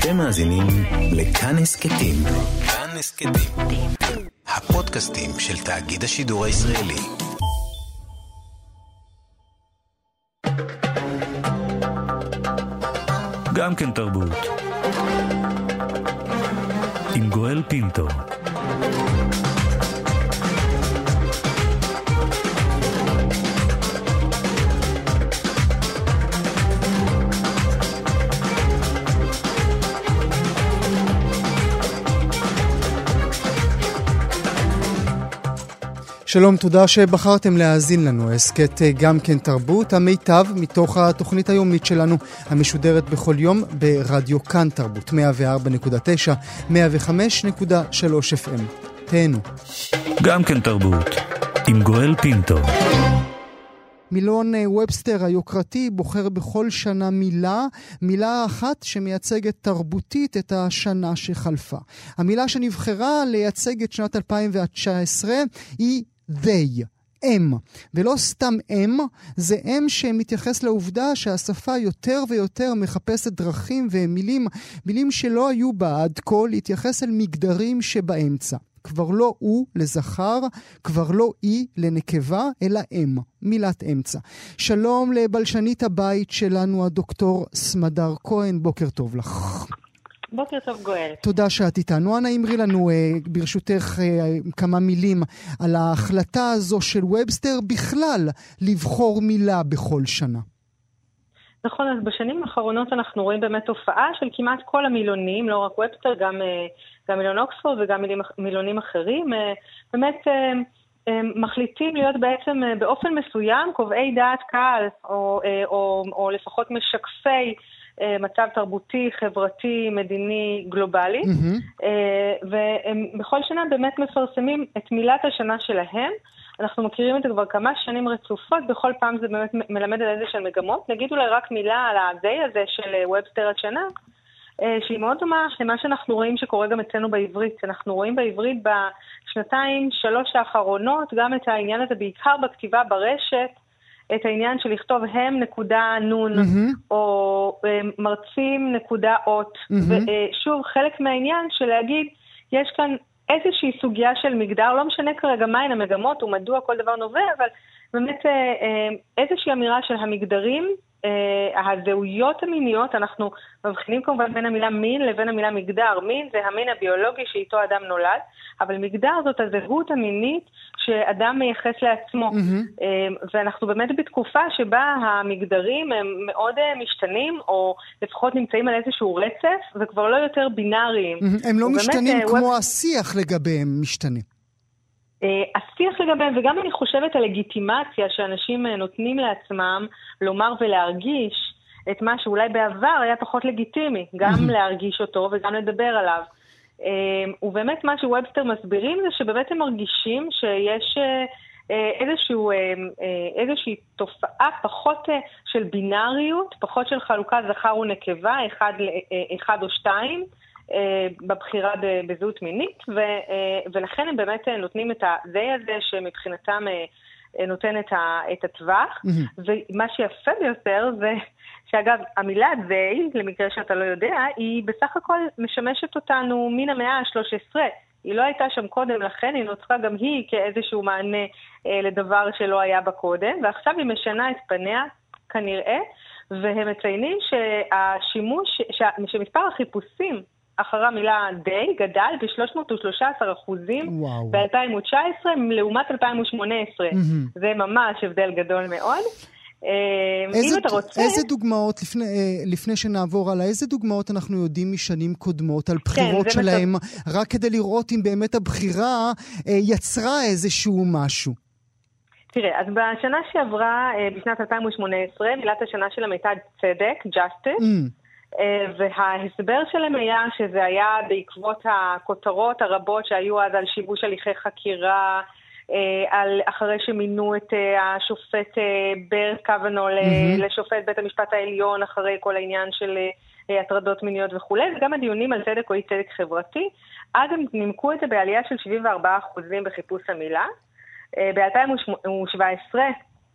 אתם מאזינים לכאן הסכתים. כאן הסכתים. הפודקאסטים של תאגיד השידור הישראלי. גם כן תרבות. עם גואל פינטו. שלום, תודה שבחרתם להאזין לנו. הסכת גם כן תרבות, המיטב מתוך התוכנית היומית שלנו, המשודרת בכל יום ברדיו כאן תרבות, 104.9, 105.3 FM. תהנו. גם כן תרבות, עם גואל פינטו. מילון ובסטר היוקרתי בוחר בכל שנה מילה אחת שמייצגת תרבותית את השנה שחלפה. המילה שנבחרה לייצג את שנת 2019 היא they, הם. ולא סתם הם, זה הם שמתייחס לעובדה שהשפה יותר ויותר מחפשת דרכים ומילים שלא היו בה עד כה להתייחס אל מגדרים שבאמצע. כבר לא הוא לזכר, כבר לא היא לנקבה, אלא הם, מילת אמצע. שלום לבלשנית הבית שלנו, הדוקטור סמדר כהן, בוקר טוב לך. בוקר טוב גואל. תודה שאת איתנו. אנא אמרי לנו ברשותך כמה מילים על ההחלטה הזו של ובסטר בכלל לבחור מילה בכל שנה. נכון, אז בשנים האחרונות אנחנו רואים באמת תופעה של כמעט כל המילונים, לא רק ובסטר, גם מילון אוקספורד וגם מילונים אחרים, באמת מחליטים להיות בעצם באופן מסוים קובעי דעת קהל, או לפחות משקפי מצב תרבותי, חברתי, מדיני, גלובלי, ובכל שנה באמת מפרסמים את מילת השנה שלהם. אנחנו מכירים את זה כבר כמה שנים רצופות, בכל פעם זה באמת מלמד על איזה של מגמות. נגיד אולי רק מילה על ה-they הזה של ובסטר השנה, שהיא מאוד דומה למה שאנחנו רואים שקורה גם אצלנו בעברית. אנחנו רואים בעברית בשנתיים, 3 האחרונות, גם את העניין הזה בעיקר בכתיבה ברשת, את העניין של לכתוב הם נקודה נון, או מרצים נקודה אות. ושוב, חלק מהעניין של להגיד, יש כאן איזושהי סוגיה של מגדר, לא משנה כרגע מהן המגמות ומדוע כל דבר נובע, אבל באמת איזושהי אמירה של המגדרים, הזהויות המיניות, אנחנו מבחינים כמובן בין המילה מין לבין המילה מגדר. מין זה המין הביולוגי שאיתו אדם נולד, אבל מגדר זאת הזהות המינית שאדם מייחס לעצמו. ואנחנו באמת בתקופה שבה המגדרים הם מאוד משתנים, או לפחות נמצאים על איזשהו רצף, וכבר לא יותר בינאריים. הם לא משתנים כמו השיח לגביהם משתנים. השיח לגביהם, וגם אני חושבת הלגיטימציה שאנשים נותנים לעצמם לומר ולהרגיש את מה שאולי בעבר היה פחות לגיטימי, גם להרגיש אותו וגם לדבר עליו. ובאמת מה שוובסטר מסבירים זה שבאמת הם מרגישים שיש איזושהי תופעה פחות של בינאריות, פחות של חלוקה זכר ונקבה, אחד או שתיים, בבחירה בזהות מינית, ולכן הם באמת נותנים את ה-they הזה שמבחינתם נותן את הטווח, ומה שיפה ביותר זה שאגב המילה they, למקרה שאתה לא יודע, היא בסך הכל משמשת אותנו מן המאה ה-13, היא לא הייתה שם קודם לכן, היא נוצרה גם היא כאיזשהו מענה לדבר שלא היה בה קודם, ועכשיו היא משנה את פניה כנראה, והם מציינים שהשימוש, שמספר החיפושים אחרי המילה they גדל ב-313% ב-2019 לעומת 2018. זה ממש הבדל גדול מאוד. אם אתה רוצה... איזה דוגמאות, לפני שנעבור על איזה דוגמאות אנחנו יודעים משנים קודמות על בחירות שלהם, רק כדי לראות אם באמת הבחירה יצרה איזשהו משהו? תראה, אז בשנה שעברה, בשנת 2018, מילת השנה של המיטה צדק, justice, וההסבר שלהם היה שזה היה בעקבות הכותרות הרבות שהיו אז על שיבוש הליכי חקירה, על אחרי שמינו את השופט ברט קוונו לשופט בית המשפט העליון אחרי כל העניין של הטרדות מיניות וכו', וגם הדיונים על צדק או אי צדק חברתי, אז הם נימקו את זה בעלייה של 74% בחיפוש המילה. ב-2017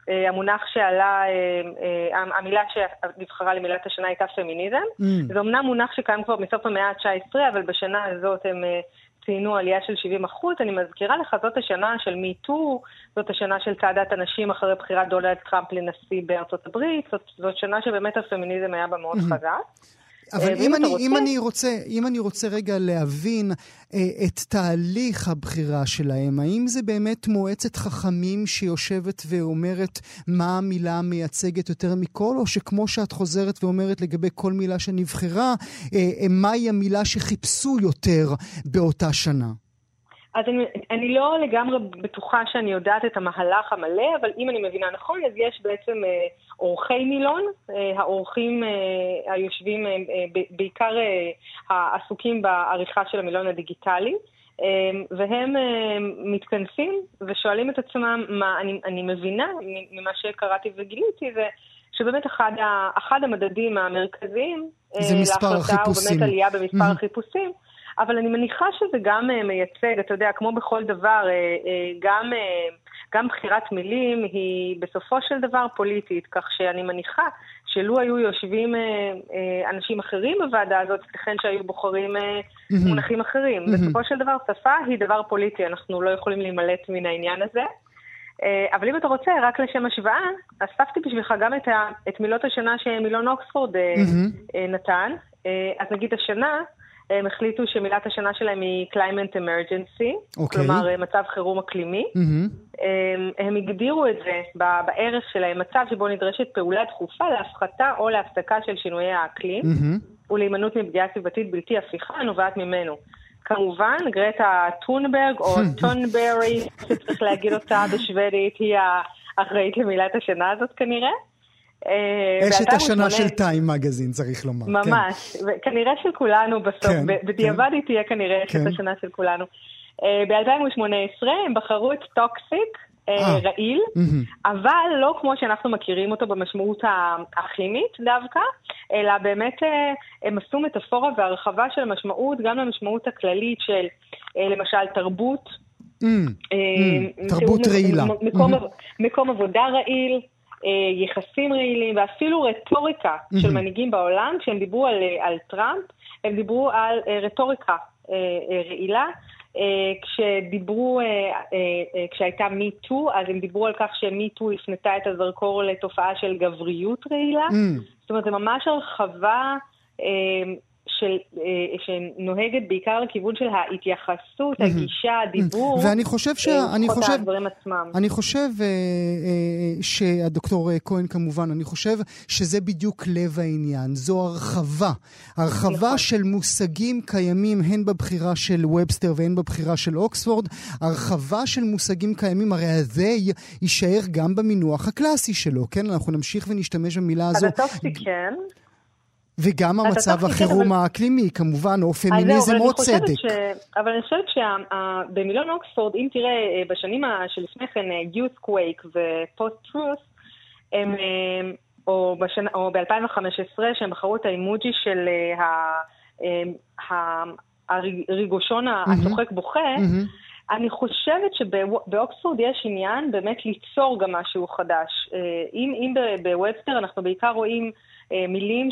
המונח שעלה, המילה שנבחרה למילת השנה הייתה פמיניזם. זה אמנם מונח שקיים כבר מסוף המאה ה-19, אבל בשנה הזאת הם ציינו עלייה של 70%. אני מזכירה לך, זאת השנה של מיטו, זאת השנה של צעדת הנשים אחרי בחירת דונלד טראמפ לנשיא בארצות הברית, זאת שנה שבאמת הפמיניזם היה בה מאוד חזק. אבל אם אני רוצה רגע להבין את תהליך הבחירה שלהם, האם זה באמת מועצת חכמים שיושבת ואומרת מה המילה מייצגת יותר מכל, או שכמו שאת חוזרת ואומרת לגבי כל מילה שנבחרה, מהי המילה שחיפשו יותר באותה שנה? אז אני לא לגמרי בטוחה שאני יודעת את המהלך המלא, אבל אם אני מבינה נכון, אז יש בעצם אורחי מילון, האורחים היושבים בעיקר העסוקים בעריכה של המילון הדיגיטלי, והם מתכנסים ושואלים את עצמם, מה אני מבינה ממה שקראתי וגיליתי, זה שבאמת אחד המדדים המרכזיים להחלטה הוא באמת עלייה במספר החיפושים, אבל אני מניחה שזה גם מייצג, אתה יודע, כמו בכל דבר, גם בחירת מילים היא בסופו של דבר פוליטית, כך שאני מניחה שלו היו יושבים אנשים אחרים בוועדה הזאת, לכן שהיו בוחרים מונחים אחרים. בסופו של דבר, שפה היא דבר פוליטי, אנחנו לא יכולים להימלט מן העניין הזה. אבל אם אתה רוצה, רק לשם השוואה, אספתי בשבילך גם את מילות השנה שמילון אוקספורד נתן. אז נגיד השנה, הם החליטו שמילת השנה שלהם היא climate emergency, כלומר מצב חירום אקלימי. הם הגדירו את זה בערך שלהם, מצב שבו נדרשת פעולה דחופה להפחתה או להפסקה של שינויי האקלים, ולהימנעות מפגיעה סביבתית בלתי הפיכה הנובעת ממנו. כמובן, גרטה טונברג או טונברי, שצריך להגיד אותה בשוודית, היא האחראית למילת השנה הזאת כנראה. אשת השנה של טיים מגזין, צריך לומר. ממש, כנראה של כולנו בסוף, בדיעבד היא תהיה כנראה אשת השנה של כולנו. ב-2018 הם בחרו את טוקסיק, רעיל, אבל לא כמו שאנחנו מכירים אותו במשמעות הכימית דווקא, אלא באמת הם עשו מטאפורה והרחבה של המשמעות, גם למשמעות הכללית של למשל תרבות, תרבות רעילה. מקום עבודה רעיל, יחסים רעילים, ואפילו רטוריקה של מנהיגים בעולם. כשהם דיברו על טראמפ, הם דיברו על רטוריקה רעילה. כשהייתה מיטו, אז הם דיברו על כך שמיטו הפנתה את הזרקור לתופעה של גבריות רעילה. זאת אומרת, זה ממש הרחבה שנוהגת בעיקר לכיוון של ההתייחסות, הגישה, הדיבור, ואני חושב אני חושב שהדוקטור כהן כמובן, אני חושב שזה בדיוק לב העניין, זו הרחבה של מושגים קיימים הן בבחירה של ובסטר והן בבחירה של אוקספורד, הרחבה של מושגים קיימים, הרי they יישאר גם במינוח הקלאסי שלו, כן? אנחנו נמשיך ונשתמש במילה הזו. כן. וגם המצב החירום האקלימי, כמובן, או פמיניזם או צדק. אבל אני חושבת שבמילון אוקספורד, אם תראה בשנים שלפני כן, Youthquake ו-Post-Truth, או ב-2015, שהם בחרו את האימוג'י של הריגושון הצוחק בוכה, אני חושבת שבאוקספורד יש עניין באמת ליצור גם משהו חדש. אם בוובסטר אנחנו בעיקר רואים מילים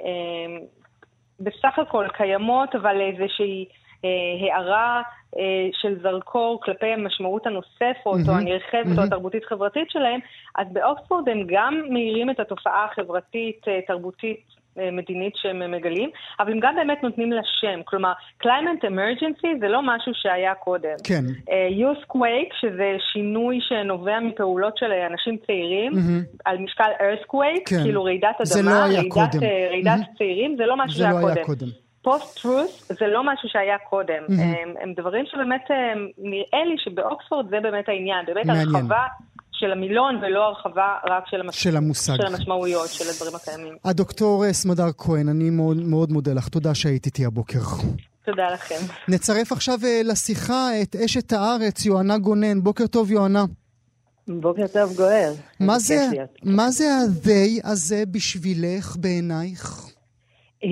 שבסך הכל קיימות, אבל איזושהי הערה של זרקור כלפי המשמעות הנוספת או הנרחבת או התרבותית חברתית שלהם, אז באוקספורד הם גם מאירים את התופעה החברתית תרבותית מדינית שהם מגלים, אבל הם גם באמת נותנים לה שם. כלומר, climate emergency זה לא משהו שהיה קודם. כן. Youthquake, שזה שינוי שנובע מפעולות של אנשים צעירים, על משקל earthquake, כאילו רעידת אדמה, רעידת צעירים, זה לא משהו שהיה קודם. Post-truth זה לא משהו שהיה קודם. הם דברים שבאמת נראה לי שבאוקספורד זה באמת העניין, באמת הרחבה של המילון ולא הרחבה רק של המושג, של המשמעויות, של הדברים הקיימים. הדוקטור סמדר כהן, אני מאוד מודה לך. תודה שהיית איתי הבוקר. תודה לכם. נצרף עכשיו לשיחה את אשת הארץ, יואנה גונן. בוקר טוב, יואנה. בוקר טוב, גואל. מה זה ה-they הזה בשבילך בעינייך?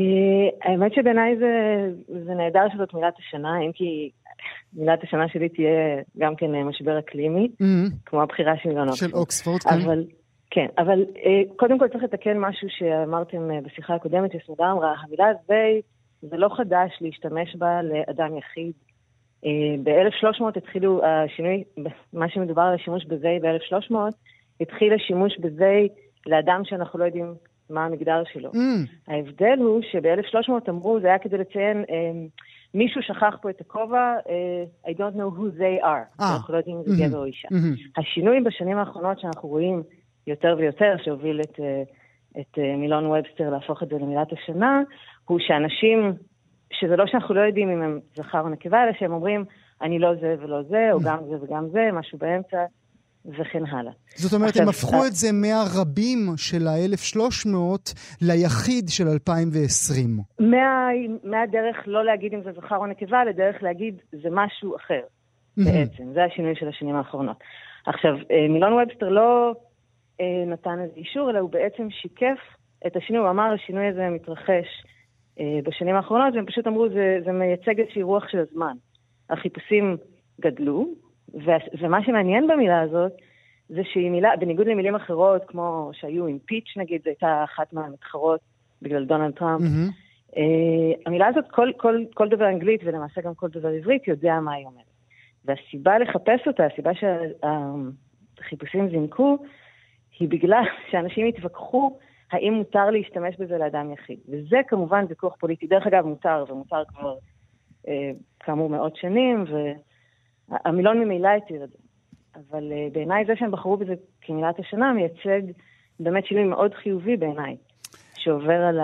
האמת שבעיניי זה נהדר שזאת מילת השנה, אם כי מילת השנה שלי תהיה גם כן משבר אקלימי, כמו הבחירה של אילון אוקספורד. של אוקספורד, כן. כן, אבל קודם כל צריך לתקן משהו שאמרתם בשיחה הקודמת, יסודה אמרה, המילה זה לא חדש להשתמש בה לאדם יחיד. ב-1300 התחילו השינוי, מה שמדובר על השימוש בזה ב-1300, התחיל השימוש בזה לאדם שאנחנו לא יודעים מה המגדר שלו. ההבדל הוא שב-1300 אמרו, זה היה כדי לציין, מישהו שכח פה את הכובע, I don't know who they are. אנחנו לא יודעים אם זה גבר או אישה. השינוי בשנים האחרונות שאנחנו רואים יותר ויותר, שהוביל את מילון ובסטר להפוך את זה למילת השנה, הוא שאנשים, שזה לא שאנחנו לא יודעים אם הם זכר או נקבה, אלא שהם אומרים, אני לא זה ולא זה, או גם זה וגם זה, משהו באמצע, וכן הלאה. זאת אומרת, הם הפכו את זה מהרבים של ה-1300 ליחיד של 2020. מהדרך לא להגיד אם זה זכר או נקבה, לדרך להגיד זה משהו אחר, בעצם. זה השינוי של השנים האחרונות. עכשיו, מילון ובסטר לא נתן איזה אישור, אלא הוא בעצם שיקף את השינוי. הוא אמר, השינוי הזה מתרחש בשנים האחרונות, והם פשוט אמרו, זה מייצג איזושהי רוח של הזמן. החיפושים גדלו, ומה שמעניין במילה הזאת, זה שהיא מילה, בניגוד למילים אחרות, כמו שהיו עם פיץ' נגיד, זו הייתה אחת מהמתחרות בגלל דונלד טראמפ, המילה הזאת, כל דובר אנגלית, ולמעשה גם כל דובר עברית, יודע מה היא אומרת. והסיבה לחפש אותה, הסיבה שהחיפושים זינקו, היא בגלל שאנשים התווכחו האם מותר להשתמש בזה לאדם יחיד. וזה כמובן ויכוח פוליטי. דרך אגב מותר, ומותר כבר כאמור מאות שנים, והמילון ממילא התיר את זה. אבל בעיניי זה שהם בחרו בזה כמילת השנה, מייצג באמת שינוי מאוד חיובי בעיניי, שעובר על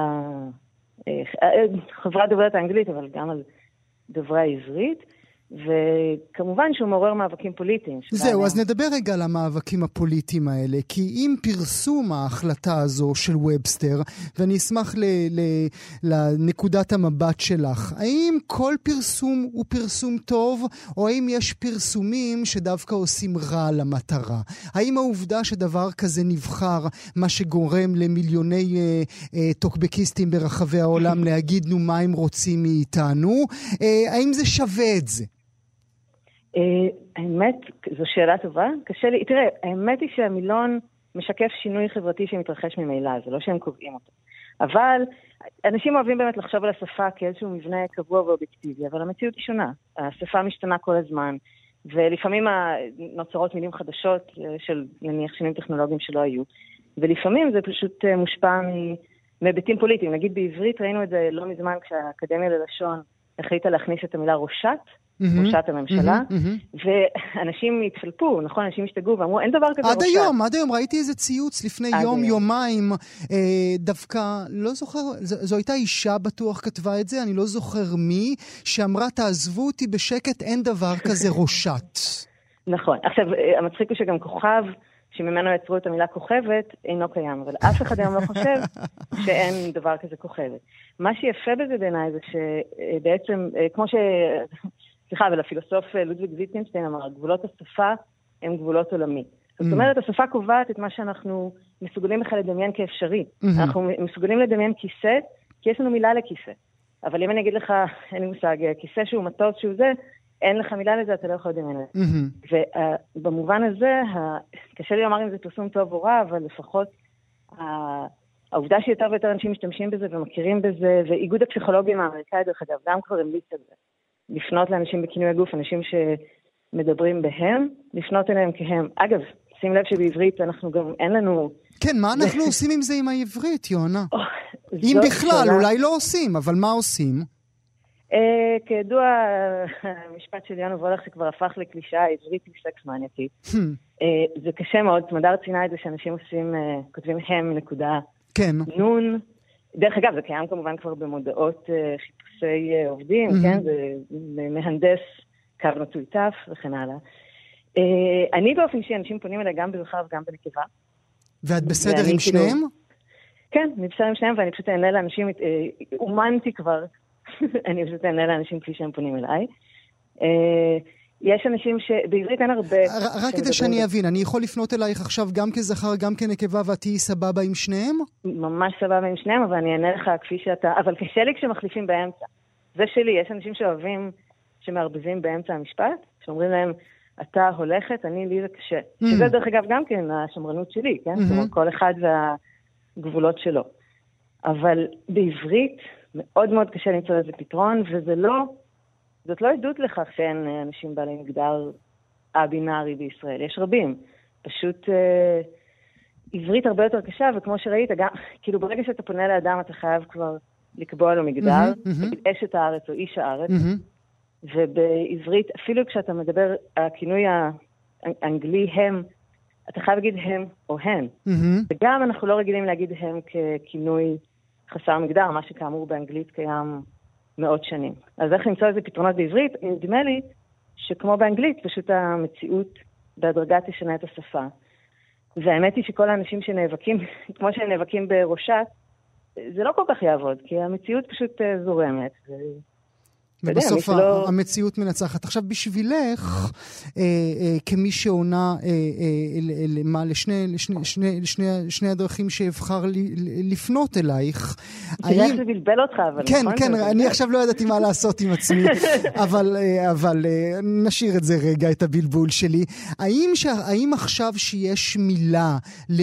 חברה דוברת האנגלית, אבל גם על דוברי העברית, וכמובן שהוא מעורר מאבקים פוליטיים. זהו, אז נדבר רגע על המאבקים הפוליטיים האלה, כי עם פרסום ההחלטה הזו של ובסטר, ואני אשמח לנקודת המבט שלך, האם כל פרסום הוא פרסום טוב, או האם יש פרסומים שדווקא עושים רע למטרה? האם העובדה שדבר כזה נבחר, מה שגורם למיליוני טוקבקיסטים ברחבי העולם להגיד נו מה הם רוצים מאיתנו, האם זה שווה את זה? האמת, זו שאלה טובה. קשה לי, תראה, האמת היא שהמילון משקף שינוי חברתי שמתרחש ממילא, זה לא שהם קובעים אותו. אבל אנשים אוהבים באמת לחשוב על השפה כאיזשהו מבנה קבוע ואובייקטיבי, אבל המציאות היא שונה. השפה משתנה כל הזמן, ולפעמים נוצרות מילים חדשות של נניח שינויים טכנולוגיים שלא היו, ולפעמים זה פשוט מושפע מהיבטים פוליטיים. נגיד בעברית ראינו את זה לא מזמן כשהאקדמיה ללשון החליטה להכניס את המילה ראשת, ראשת הממשלה, ואנשים התחלפו, נכון? אנשים השתגעו ואמרו, אין דבר כזה ראשת. עד היום, ראיתי איזה ציוץ לפני יומיים, דווקא, לא זוכר, זו הייתה אישה בטוח כתבה את זה, אני לא זוכר מי, שאמרה, תעזבו אותי בשקט, אין דבר כזה ראשת. נכון. עכשיו, המצחיק הוא שגם כוכב, שממנו יצרו את המילה כוכבת, אינו קיים, אבל אף אחד היום לא חושב שאין דבר כזה כוכבת. מה שיפה בזה בעיניי זה שבעצם, כמו סליחה, אבל הפילוסוף לודוויג ויטגנשטיין אמר, גבולות השפה הם גבולות עולמי. זאת אומרת, השפה קובעת את מה שאנחנו מסוגלים בכלל לדמיין כאפשרי. אנחנו מסוגלים לדמיין כיסא, כי יש לנו מילה לכיסא. אבל אם אני אגיד לך, אין לי מושג, כיסא שהוא מטוס שהוא זה, אין לך מילה לזה, אתה לא יכול לדמיין לזה. ובמובן הזה, קשה לי לומר אם זה פרסום טוב או רע, אבל לפחות העובדה שיותר ויותר אנשים משתמשים בזה ומכירים בזה, ואיגוד הפסיכולוגים האמריקאי, דרך אגב, גם כבר המליץ על זה. לפנות לאנשים בכינוי הגוף, אנשים שמדברים בהם, לפנות אליהם כהם. אגב, שים לב שבעברית אנחנו גם, אין לנו... כן, מה אנחנו עושים עם זה עם העברית, יונה? אם בכלל, אולי לא עושים, אבל מה עושים? כידוע, המשפט של יונה וולך שכבר הפך לקלישאה, עברית היא סקס מניאקית. זה קשה מאוד, סמדר ציינה את זה שאנשים עושים, כותבים הם נקודה נון. דרך אגב, זה קיים כמובן כבר במודעות חיפושי עובדים, כן? זה מהנדס קו נטוי תף וכן הלאה. אני באופן שאנשים פונים אליי גם בזכר וגם בנקבה. ואת בסדר עם שניהם? כן, אני בסדר עם שניהם, ואני פשוט אענה לאנשים, אומנתי כבר, אני פשוט אענה לאנשים כפי שהם פונים אליי. יש אנשים שבעברית אין הרבה... רק כדי שאני אבין, אני יכול לפנות אלייך עכשיו גם כזכר, גם כנקבה, ואת תהיי סבבה עם שניהם? ממש סבבה עם שניהם, אבל אני אענה לך כפי שאתה... אבל קשה לי כשמחליפים באמצע. זה שלי, יש אנשים שאוהבים, שמערבבים באמצע המשפט, שאומרים להם, אתה הולכת, לי זה קשה. שזה דרך אגב גם כן השמרנות שלי, כן? זאת אומרת, כל אחד והגבולות שלו. אבל בעברית מאוד מאוד קשה למצוא איזה פתרון, זאת לא עדות לכך שאין אנשים בעלי מגדר א-בינארי בישראל. יש רבים. פשוט עברית הרבה יותר קשה, וכמו שראית, כאילו ברגע שאתה פונה לאדם, אתה חייב כבר לקבוע לו מגדר, אשת הארץ או איש הארץ, ובעברית, אפילו כשאתה מדבר, הכינוי האנגלי הם, אתה חייב להגיד הם או הן. וגם אנחנו לא רגילים להגיד הם ככינוי חסר מגדר, מה שכאמור באנגלית קיים מאות שנים. אז איך למצוא איזה פתרונות בעברית? נדמה לי שכמו באנגלית, פשוט המציאות בהדרגה תשנה את השפה. והאמת היא שכל האנשים שנאבקים, כמו שהם נאבקים בראשת, זה לא כל כך יעבוד, כי המציאות פשוט זורמת. ובסוף המציאות מנצחת. עכשיו בשבילך, כמי שעונה לשני הדרכים שאבחר לפנות אלייך. תראה איך זה בלבל אותך, אבל כן, כן, אני עכשיו לא ידעתי מה לעשות עם עצמי, אבל נשאיר את זה רגע, את הבלבול שלי. האם עכשיו שיש מילה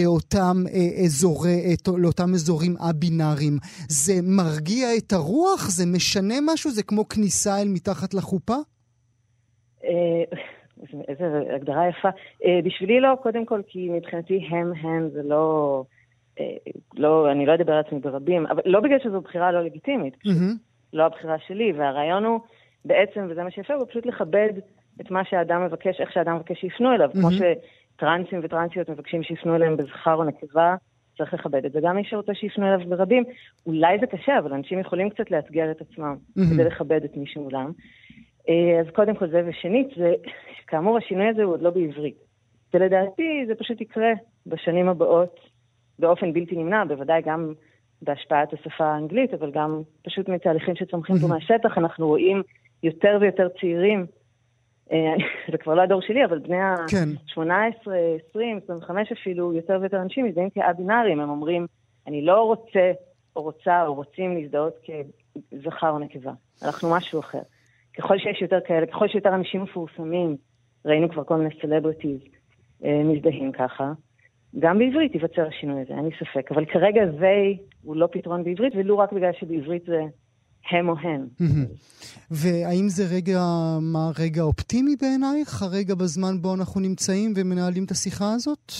לאותם אזורים א-בינאריים, זה מרגיע את הרוח? זה משנה משהו? זה כמו כניסה אל מתחת לחופה? איזו הגדרה יפה. בשבילי לא, קודם כל, כי מבחינתי הם זה לא, אני לא אדבר עצמי ברבים, אבל לא בגלל שזו בחירה לא לגיטימית, לא הבחירה שלי, והרעיון הוא בעצם, וזה מה שיפה, הוא פשוט לכבד את מה שהאדם מבקש, איך שהאדם מבקש שיפנו אליו, כמו שטרנסים וטרנסיות מבקשים שיפנו אליהם בזכר או נקבה, צריך לכבד את זה. גם מי שרוצה שיפנו אליו ברבים, אולי זה קשה, אבל אנשים יכולים קצת לאתגר את עצמם כדי לכבד את מי שמולם. אז קודם כל זה, ושנית, כאמור השינוי הזה הוא עוד לא בעברית. ולדעתי זה פשוט יקרה בשנים הבאות באופן בלתי נמנע, בוודאי גם בהשפעת השפה האנגלית, אבל גם פשוט מתהליכים שצומחים פה מהשטח, אנחנו רואים יותר ויותר צעירים, זה כבר לא הדור שלי, אבל בני ה-18, 20, 25 אפילו, יותר ויותר אנשים מזדהים כא-בינאריים. הם אומרים, אני לא רוצה או רוצה או רוצים להזדהות כזכר או נקבה. אנחנו משהו אחר. ככל שיש יותר כאלה, ככל שיותר אנשים מפורסמים, ראינו כבר כל מיני סלבריטיז מזדהים ככה, גם בעברית ייווצר השינוי הזה, אין לי ספק. אבל כרגע זה הוא לא פתרון בעברית, ולא רק בגלל שבעברית זה הם או הן. והאם זה רגע אופטימי בעינייך? הרגע בזמן בו אנחנו נמצאים ומנהלים את השיחה הזאת?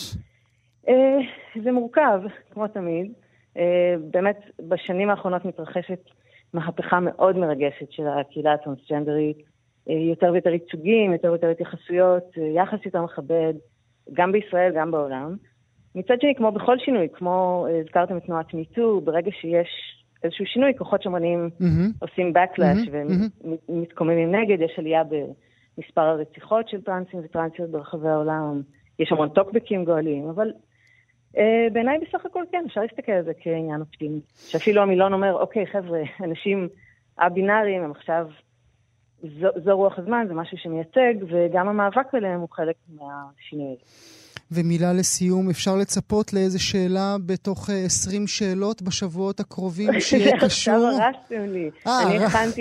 זה מורכב, כמו תמיד. באמת, בשנים האחרונות מתרחשת מהפכה מאוד מרגשת של הקהילה הטרנסג'נדרית. יותר ויותר ייצוגים, יותר ויותר התייחסויות, יחס יותר מכבד, גם בישראל, גם בעולם. מצד שני, כמו בכל שינוי, כמו הזכרתם את תנועת מיטו, ברגע שיש איזשהו שינוי, כוחות שמרנים עושים backlash ומתקוממים נגד, יש עלייה במספר הרציחות של טרנסים וטרנסיות ברחבי העולם, יש המון טוקבקים גואלים, אבל בעיניי בסך הכל כן, אפשר להסתכל על זה כעניין אופטימי, שאפילו המילון אומר, אוקיי חבר'ה, אנשים א-בינאריים, הם עכשיו, זו רוח הזמן, זה משהו שמייצג, וגם המאבק עליהם הוא חלק מהשינוי. ומילה לסיום, אפשר לצפות לאיזה שאלה בתוך 20 שאלות בשבועות הקרובים שיהיה קשור? עכשיו הרסתם לי. אני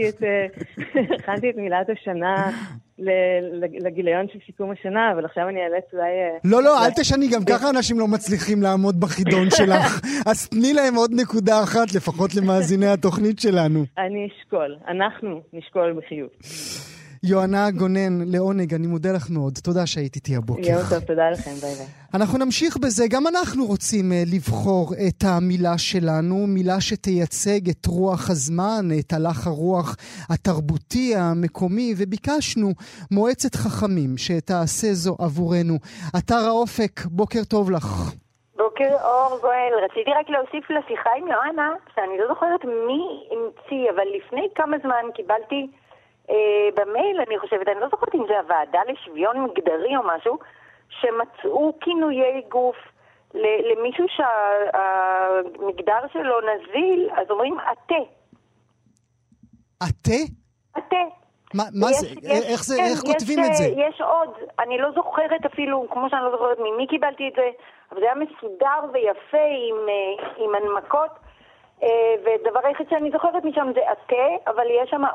הכנתי את מילת השנה לגיליון של סיכום השנה, אבל עכשיו אני אאלץ אולי... לא, אל תשני, גם ככה אנשים לא מצליחים לעמוד בחידון שלך. אז תני להם עוד נקודה אחת, לפחות למאזיני התוכנית שלנו. אני אשקול, אנחנו נשקול בחיוב. יוהנה גונן, לעונג, אני מודה לך מאוד. תודה שהיית איתי הבוקר. יום טוב, תודה לכם, ביי ביי. אנחנו נמשיך בזה, גם אנחנו רוצים לבחור את המילה שלנו, מילה שתייצג את רוח הזמן, את הלך הרוח התרבותי המקומי, וביקשנו מועצת חכמים שתעשה זו עבורנו. אתר האופק, בוקר טוב לך. בוקר אור גואל, רציתי רק להוסיף לשיחה עם יוהנה, שאני לא זוכרת מי המציא, אבל לפני כמה זמן קיבלתי במייל, אני חושבת, אני לא זוכרת אם זה הוועדה לשוויון מגדרי או משהו, שמצאו כינויי גוף למישהו שהמגדר שלו נזיל, אז אומרים עתה. עתה? עתה. מה זה? איך כותבים את זה? יש עוד, אני לא זוכרת אפילו, כמו שאני לא זוכרת ממי קיבלתי את זה, אבל זה היה מסודר ויפה עם הנמקות, ודבר היחיד שאני זוכרת משם זה עתה, אבל יש שם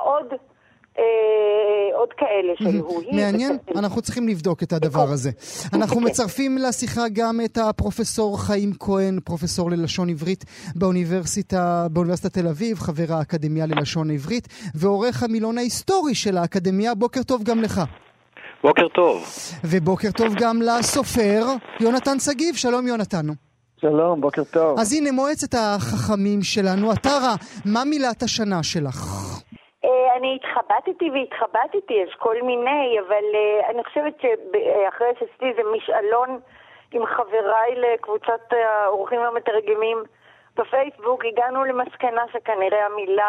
עוד כאלה שהוא. מעניין, אנחנו צריכים לבדוק את הדבר הזה. אנחנו מצרפים לשיחה גם את הפרופסור חיים כהן, פרופסור ללשון עברית באוניברסיטת תל אביב, חבר האקדמיה ללשון עברית, ועורך המילון ההיסטורי של האקדמיה. בוקר טוב גם לך. בוקר טוב. ובוקר טוב גם לסופר יונתן סגיב. שלום יונתן. שלום, בוקר טוב. אז הנה מועצת החכמים שלנו. עטרה, מה מילת השנה שלך? אני התחבטתי, יש כל מיני, אבל אני חושבת שאחרי שעשיתי איזה משאלון עם חבריי לקבוצת האורחים המתרגמים בפייסבוק, הגענו למסקנה שכנראה המילה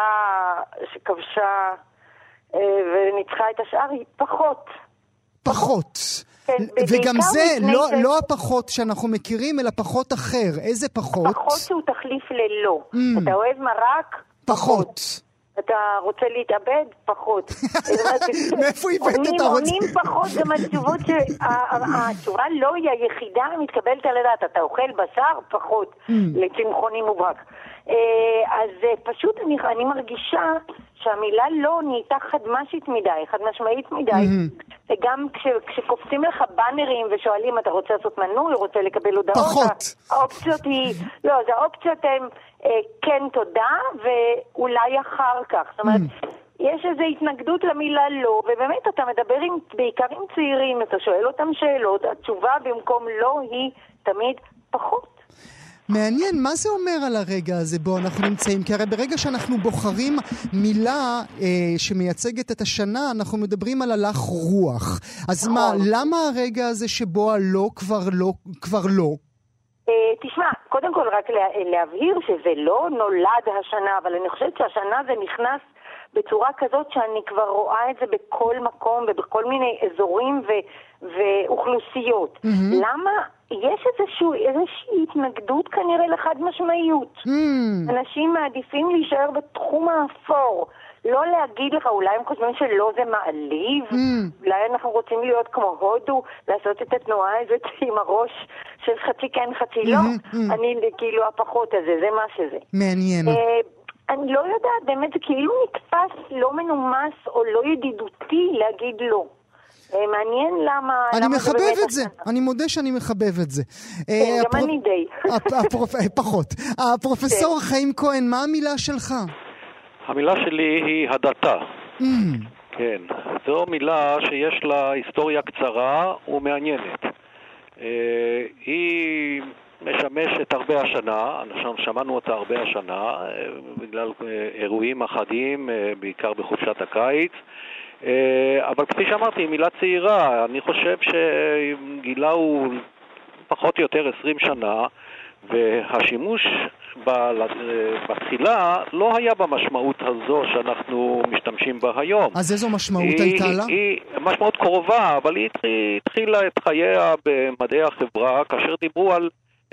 שכבשה וניצחה את השאר היא פחות. פחות. כן, וגם זה לא הפחות שאנחנו מכירים, אלא פחות אחר. איזה פחות? פחות שהוא תחליף ללא. אתה אוהב מרק? פחות. אתה רוצה להתאבד? פחות. מאיפה הבאת את הרוצה? עונים פחות גם התשובות שהתשובה לא היא היחידה מתקבלת על הדעת. אתה אוכל בשר? פחות. לצמחוני מובהק. אז פשוט אני מרגישה שהמילה לא נהייתה חד משמעית מדי. וגם כשקופצים לך בנרים ושואלים, אתה רוצה לעשות מנוי, רוצה לקבל הודעות? פחות. האופציות האופציות הן כן תודה, ואולי אחר כך. זאת אומרת, יש איזו התנגדות למילה לא, ובאמת אתה מדבר בעיקר עם צעירים, אתה שואל אותם שאלות, התשובה במקום לא היא תמיד פחות. מעניין, מה זה אומר על הרגע הזה בו אנחנו נמצאים? כי הרי ברגע שאנחנו בוחרים מילה שמייצגת את השנה, אנחנו מדברים על הלך רוח. אז מה, למה הרגע הזה שבו הלא כבר לא? תשמע, קודם כל רק להבהיר שזה לא נולד השנה, אבל אני חושבת שהשנה זה נכנס בצורה כזאת שאני כבר רואה את זה בכל מקום ובכל מיני אזורים ואוכלוסיות. למה? יש איזושהי התנגדות כנראה לחד משמעיות. אנשים מעדיפים להישאר בתחום האפור. לא להגיד לך, אולי הם חושבים שלא זה מעליב, אולי אנחנו רוצים להיות כמו הודו, לעשות את התנועה הזאת עם הראש של חצי כן חצי לא. אני כאילו הפחות הזה, זה מה שזה. מעניין. אני לא יודעת, באמת זה כאילו נתפס לא מנומס או לא ידידותי להגיד לא. מעניין למה... אני מחבב את זה, אני מודה שאני מחבב את זה. גם אני די. פחות. הפרופסור חיים כהן, מה המילה שלך? המילה שלי היא הדתה. כן, זו מילה שיש לה היסטוריה קצרה ומעניינת. היא משמשת הרבה השנה, שמענו אותה הרבה השנה, בגלל אירועים אחדים, בעיקר בחופשת הקיץ. אבל כפי שאמרתי, היא מילה צעירה. אני חושב שגילה הוא פחות או יותר 20 שנה, והשימוש בתחילה לא היה במשמעות הזו שאנחנו משתמשים בה היום. אז איזו משמעות הייתה לה? היא משמעות קרובה, אבל היא התחילה את חייה במדעי החברה, כאשר דיברו על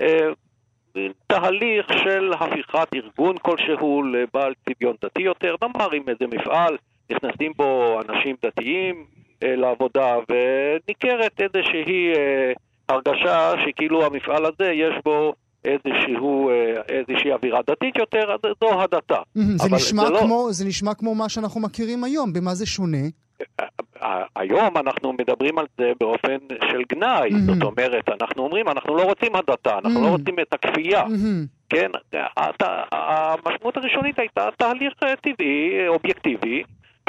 תהליך של הפיכת ארגון כלשהו לבעל צביון דתי יותר. נאמר, עם איזה מפעל נכנסים בו אנשים דתיים לעבודה, וניכרת איזושהי הרגשה שכאילו המפעל הזה יש בו איזושהי אווירה דתית יותר, אז זו הדתה. זה נשמע כמו מה שאנחנו מכירים היום. במה זה שונה? היום אנחנו מדברים על זה באופן של גנאי. זאת אומרת, אנחנו אומרים, אנחנו לא רוצים הדתה, אנחנו לא רוצים את הכפייה. כן? המשמעות הראשונית הייתה תהליך טבעי, אובייקטיבי,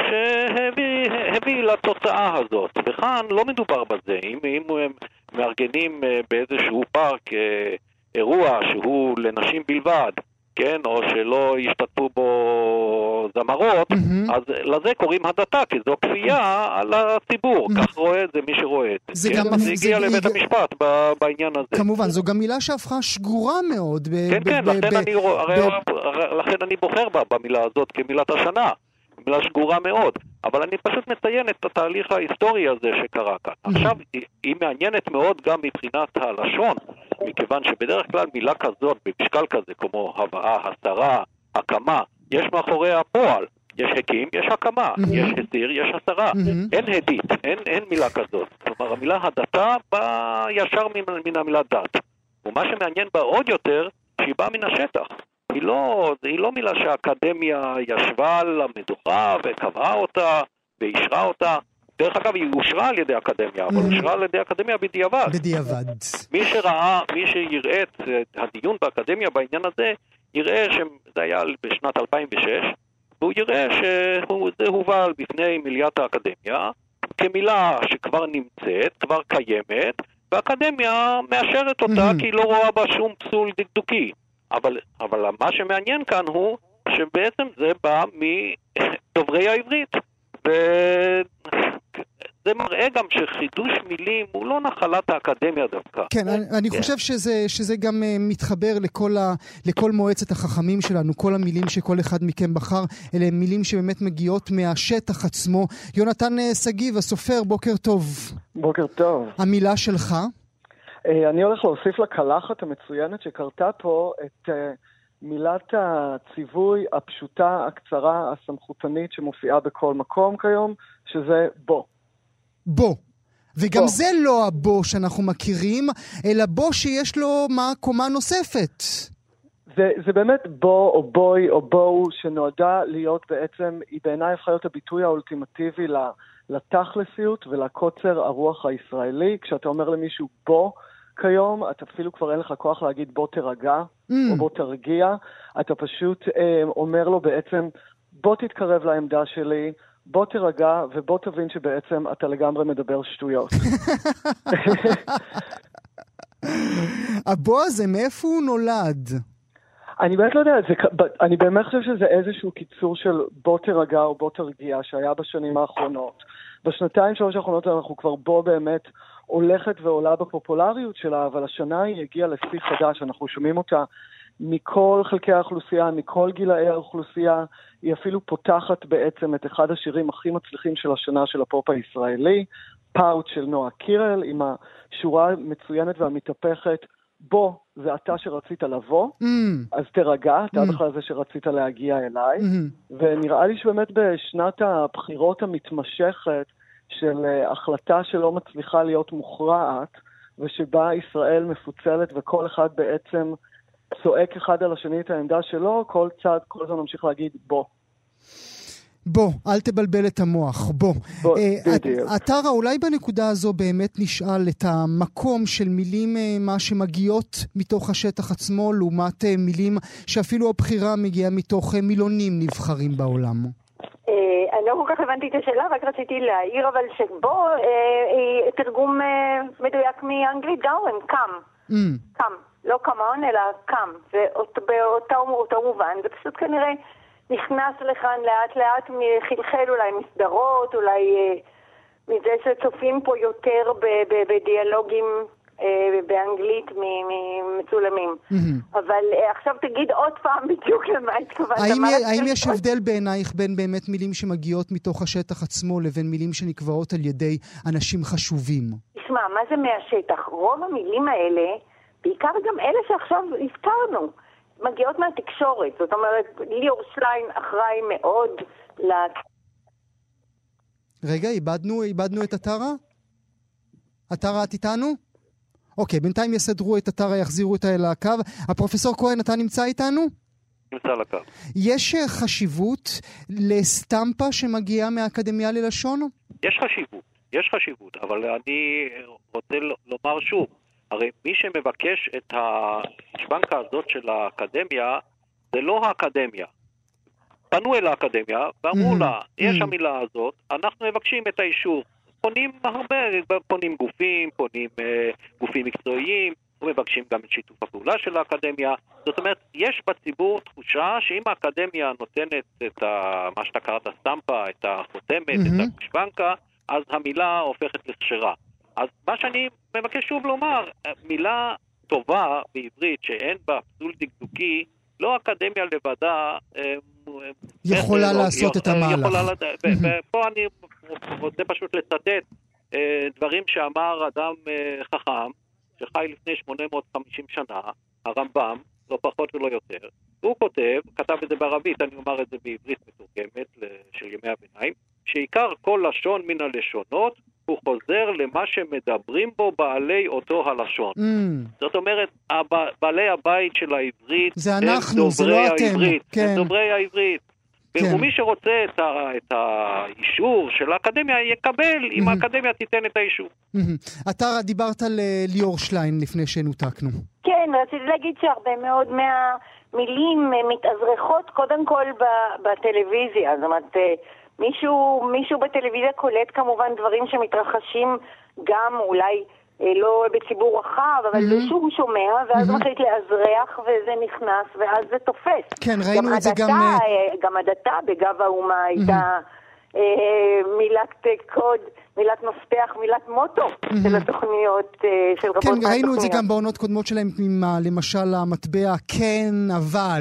שהביא לתוצאה הזאת. וכאן לא מדובר בזה. אם מארגנים באיזשהו פארק אירוע שהוא לנשים בלבד, כן, או שלא ישתתפו בו זמרות, אז לזה קוראים הדתה, כי זו כפייה על הציבור. כך רואה את זה מי שרואה את זה. זה הגיע לבית המשפט בעניין הזה. כמובן, זו גם מילה שהפכה שגורה מאוד. כן, לכן אני בוחר במילה הזאת כמילת השנה. מילה שגורה מאוד, אבל אני פשוט מציין את התהליך ההיסטורי הזה שקרה כאן. עכשיו, היא מעניינת מאוד גם מבחינת הלשון, מכיוון שבדרך כלל מילה כזאת, במשקל כזה, כמו הבאה, הסרה, הקמה, יש מאחורי הפועל. יש הקים, יש הקמה, יש הסיר, יש הסרה. אין הדית, אין מילה כזאת. כלומר, המילה הדתה באה ישר מן המילה דת. ומה שמעניין בה עוד יותר, שהיא באה מן השטח. היא לא מילה שהאקדמיה ישבה על המדוכה וקבעה אותה ואישרה אותה. דרך אגב, היא אושרה על ידי האקדמיה, אבל אושרה על ידי האקדמיה בדיעבד. מי שיראה את הדיון באקדמיה בעניין הזה, יראה שזה היה בשנת 2006, והוא יראה שזה הובל בפני מליאת האקדמיה, כמילה שכבר נמצאת, כבר קיימת, והאקדמיה מאשרת אותה כי היא לא רואה בה שום פסול דקדוקי. אבל מה שמעניין כאן הוא שבעצם זה בא מדוברי העברית. וזה מראה גם שחידוש מילים הוא לא נחלת האקדמיה דווקא. כן, אני חושב שזה גם מתחבר לכל מועצת החכמים שלנו, כל המילים שכל אחד מכם בחר, אלה מילים שבאמת מגיעות מהשטח עצמו. יונתן שגיב, הסופר, בוקר טוב. בוקר טוב. המילה שלך? אני הולך להוסיף לקלחת המצוינת שקרתה פה את מילת הציווי הפשוטה, הקצרה, הסמכותנית שמופיעה בכל מקום כיום, שזה בו. בו. וגם בו. זה לא הבו שאנחנו מכירים, אלא בו שיש לו קומה נוספת. זה באמת בו או בוי או בו שנועדה להיות בעצם, היא בעיניי הפכה להיות הביטוי האולטימטיבי לתכלסיות ולקוצר הרוח הישראלי. כשאתה אומר למישהו בו, כיום, אתה אפילו כבר אין לך כוח להגיד בוא תרגע, או בוא תרגיע, אתה פשוט אומר לו בעצם, בוא תתקרב לעמדה שלי, בוא תרגע, ובוא תבין שבעצם אתה לגמרי מדבר שטויות. הבוא הזה, מאיפה הוא נולד? אני באמת לא יודע, אני באמת חושב שזה איזשהו קיצור של בוא תרגע או בוא תרגיע, שהיה בשנים האחרונות. בשנתיים שלוש האחרונות אנחנו כבר בוא באמת הולכת ועולה בפופולריות שלה, אבל השנה היא הגיעה לשיא חדש, אנחנו שומעים אותה מכל חלקי האוכלוסייה, מכל גילאי האוכלוסייה, היא אפילו פותחת בעצם את אחד השירים הכי מצליחים של השנה של הפופ הישראלי, פאוט של נועה קירל, עם השורה המצוינת והמתהפכת, בוא, זה אתה שרצית לבוא, אז תרגע, אתה בכלל זה שרצית להגיע אליי, ונראה לי שבאמת בשנת הבחירות המתמשכת, של החלטה שלא מצליחה להיות מוכרעת, ושבה ישראל מפוצלת וכל אחד בעצם צועק אחד על השני את העמדה שלו, כל צד, כל הזמן ממשיך להגיד בוא. בוא, אל תבלבל את המוח, בוא. אתה אולי בנקודה הזו באמת נשאל את המקום של מילים מה שמגיעות מתוך השטח עצמו, לעומת מילים שאפילו הבחירה מגיעה מתוך מילונים נבחרים בעולם. אני לא כל כך הבנתי את השאלה, רק רציתי להעיר, אבל שבו תרגום מדויק מאנגלית גאון, קם. קם. לא קמון, אלא קם. ובאותו מובן, זה פשוט כנראה נכנס לכאן לאט לאט, חלחל אולי מסדרות, אולי מזה שצופים פה יותר בדיאלוגים באנגלית מצולמים. אבל עכשיו תגיד עוד פעם בדיוק למה התכוונת. האם יש הבדל בעינייך בין באמת מילים שמגיעות מתוך השטח עצמו לבין מילים שנקבעות על ידי אנשים חשובים? תשמע, מה זה מהשטח? רוב המילים האלה, בעיקר גם אלה שעכשיו הזכרנו, מגיעות מהתקשורת. זאת אומרת, ליאור שליין אחראי מאוד רגע, איבדנו את אתרה? אתרה, את איתנו? אוקיי, בינתיים יסדרו את אתרה, יחזירו אותה אל הקו. הפרופסור כהן, אתה נמצא איתנו? נמצא על הקו. יש חשיבות לסטמפה שמגיעה מהאקדמיה ללשון? יש חשיבות, אבל אני רוצה לומר שוב, הרי מי שמבקש את הגושפנקה הזאת של האקדמיה, זה לא האקדמיה. פנו אל האקדמיה ואמרו לה, יש המילה הזאת, אנחנו מבקשים את האישור. פונים גופים מקצועיים, ומבקשים גם את שיתוף הפעולה של האקדמיה. זאת אומרת, יש בציבור תחושה שאם האקדמיה נותנת את מה שאתה קראת סטמפה, את החותמת, את הגושפנקה, אז המילה הופכת לכשרה. אז מה שאני מבקש שוב לומר, מילה טובה בעברית שאין בה פסול דקדוקי, לא האקדמיה לבדה יכולה לעשות את המהלך. ופה אני רוצה פשוט לצטט דברים שאמר אדם חכם, שחי לפני 850 שנה, הרמב"ם, לא פחות ולא יותר. הוא כתב את זה בערבית, אני אומר את זה בעברית מתורגמת בעיקר כל לשון מן הלשונות, הוא חוזר למה שמדברים בו בעלי אותו הלשון. זאת אומרת, בעלי הבית של העברית, זה אנחנו, זה לא אתם. הם דוברי העברית. ומי שרוצה את האישור של האקדמיה יקבל, אם האקדמיה תיתן את האישור. אתה דיברת על ליאור שליין לפני שנותקנו. כן, רציתי להגיד שהרבה מאוד מהמילים מתאזרחות קודם כל בטלוויזיה. זאת אומרת, מישהו בטלוויזיה קולט כמובן דברים שמתרחשים גם אולי לא בציבור רחב, אבל שהוא שומע, ואז מחליט לאזרח, וזה נכנס, ואז זה תופס. כן, ראינו את זה גם... גם הדתה בגב האומה הייתה מילת קוד, מילת מפתח, מילת מוטו של התוכניות, של רבות מהתוכניות. כן, ראינו את זה גם בעונות קודמות שלהם, למשל המטבע כן, אבל.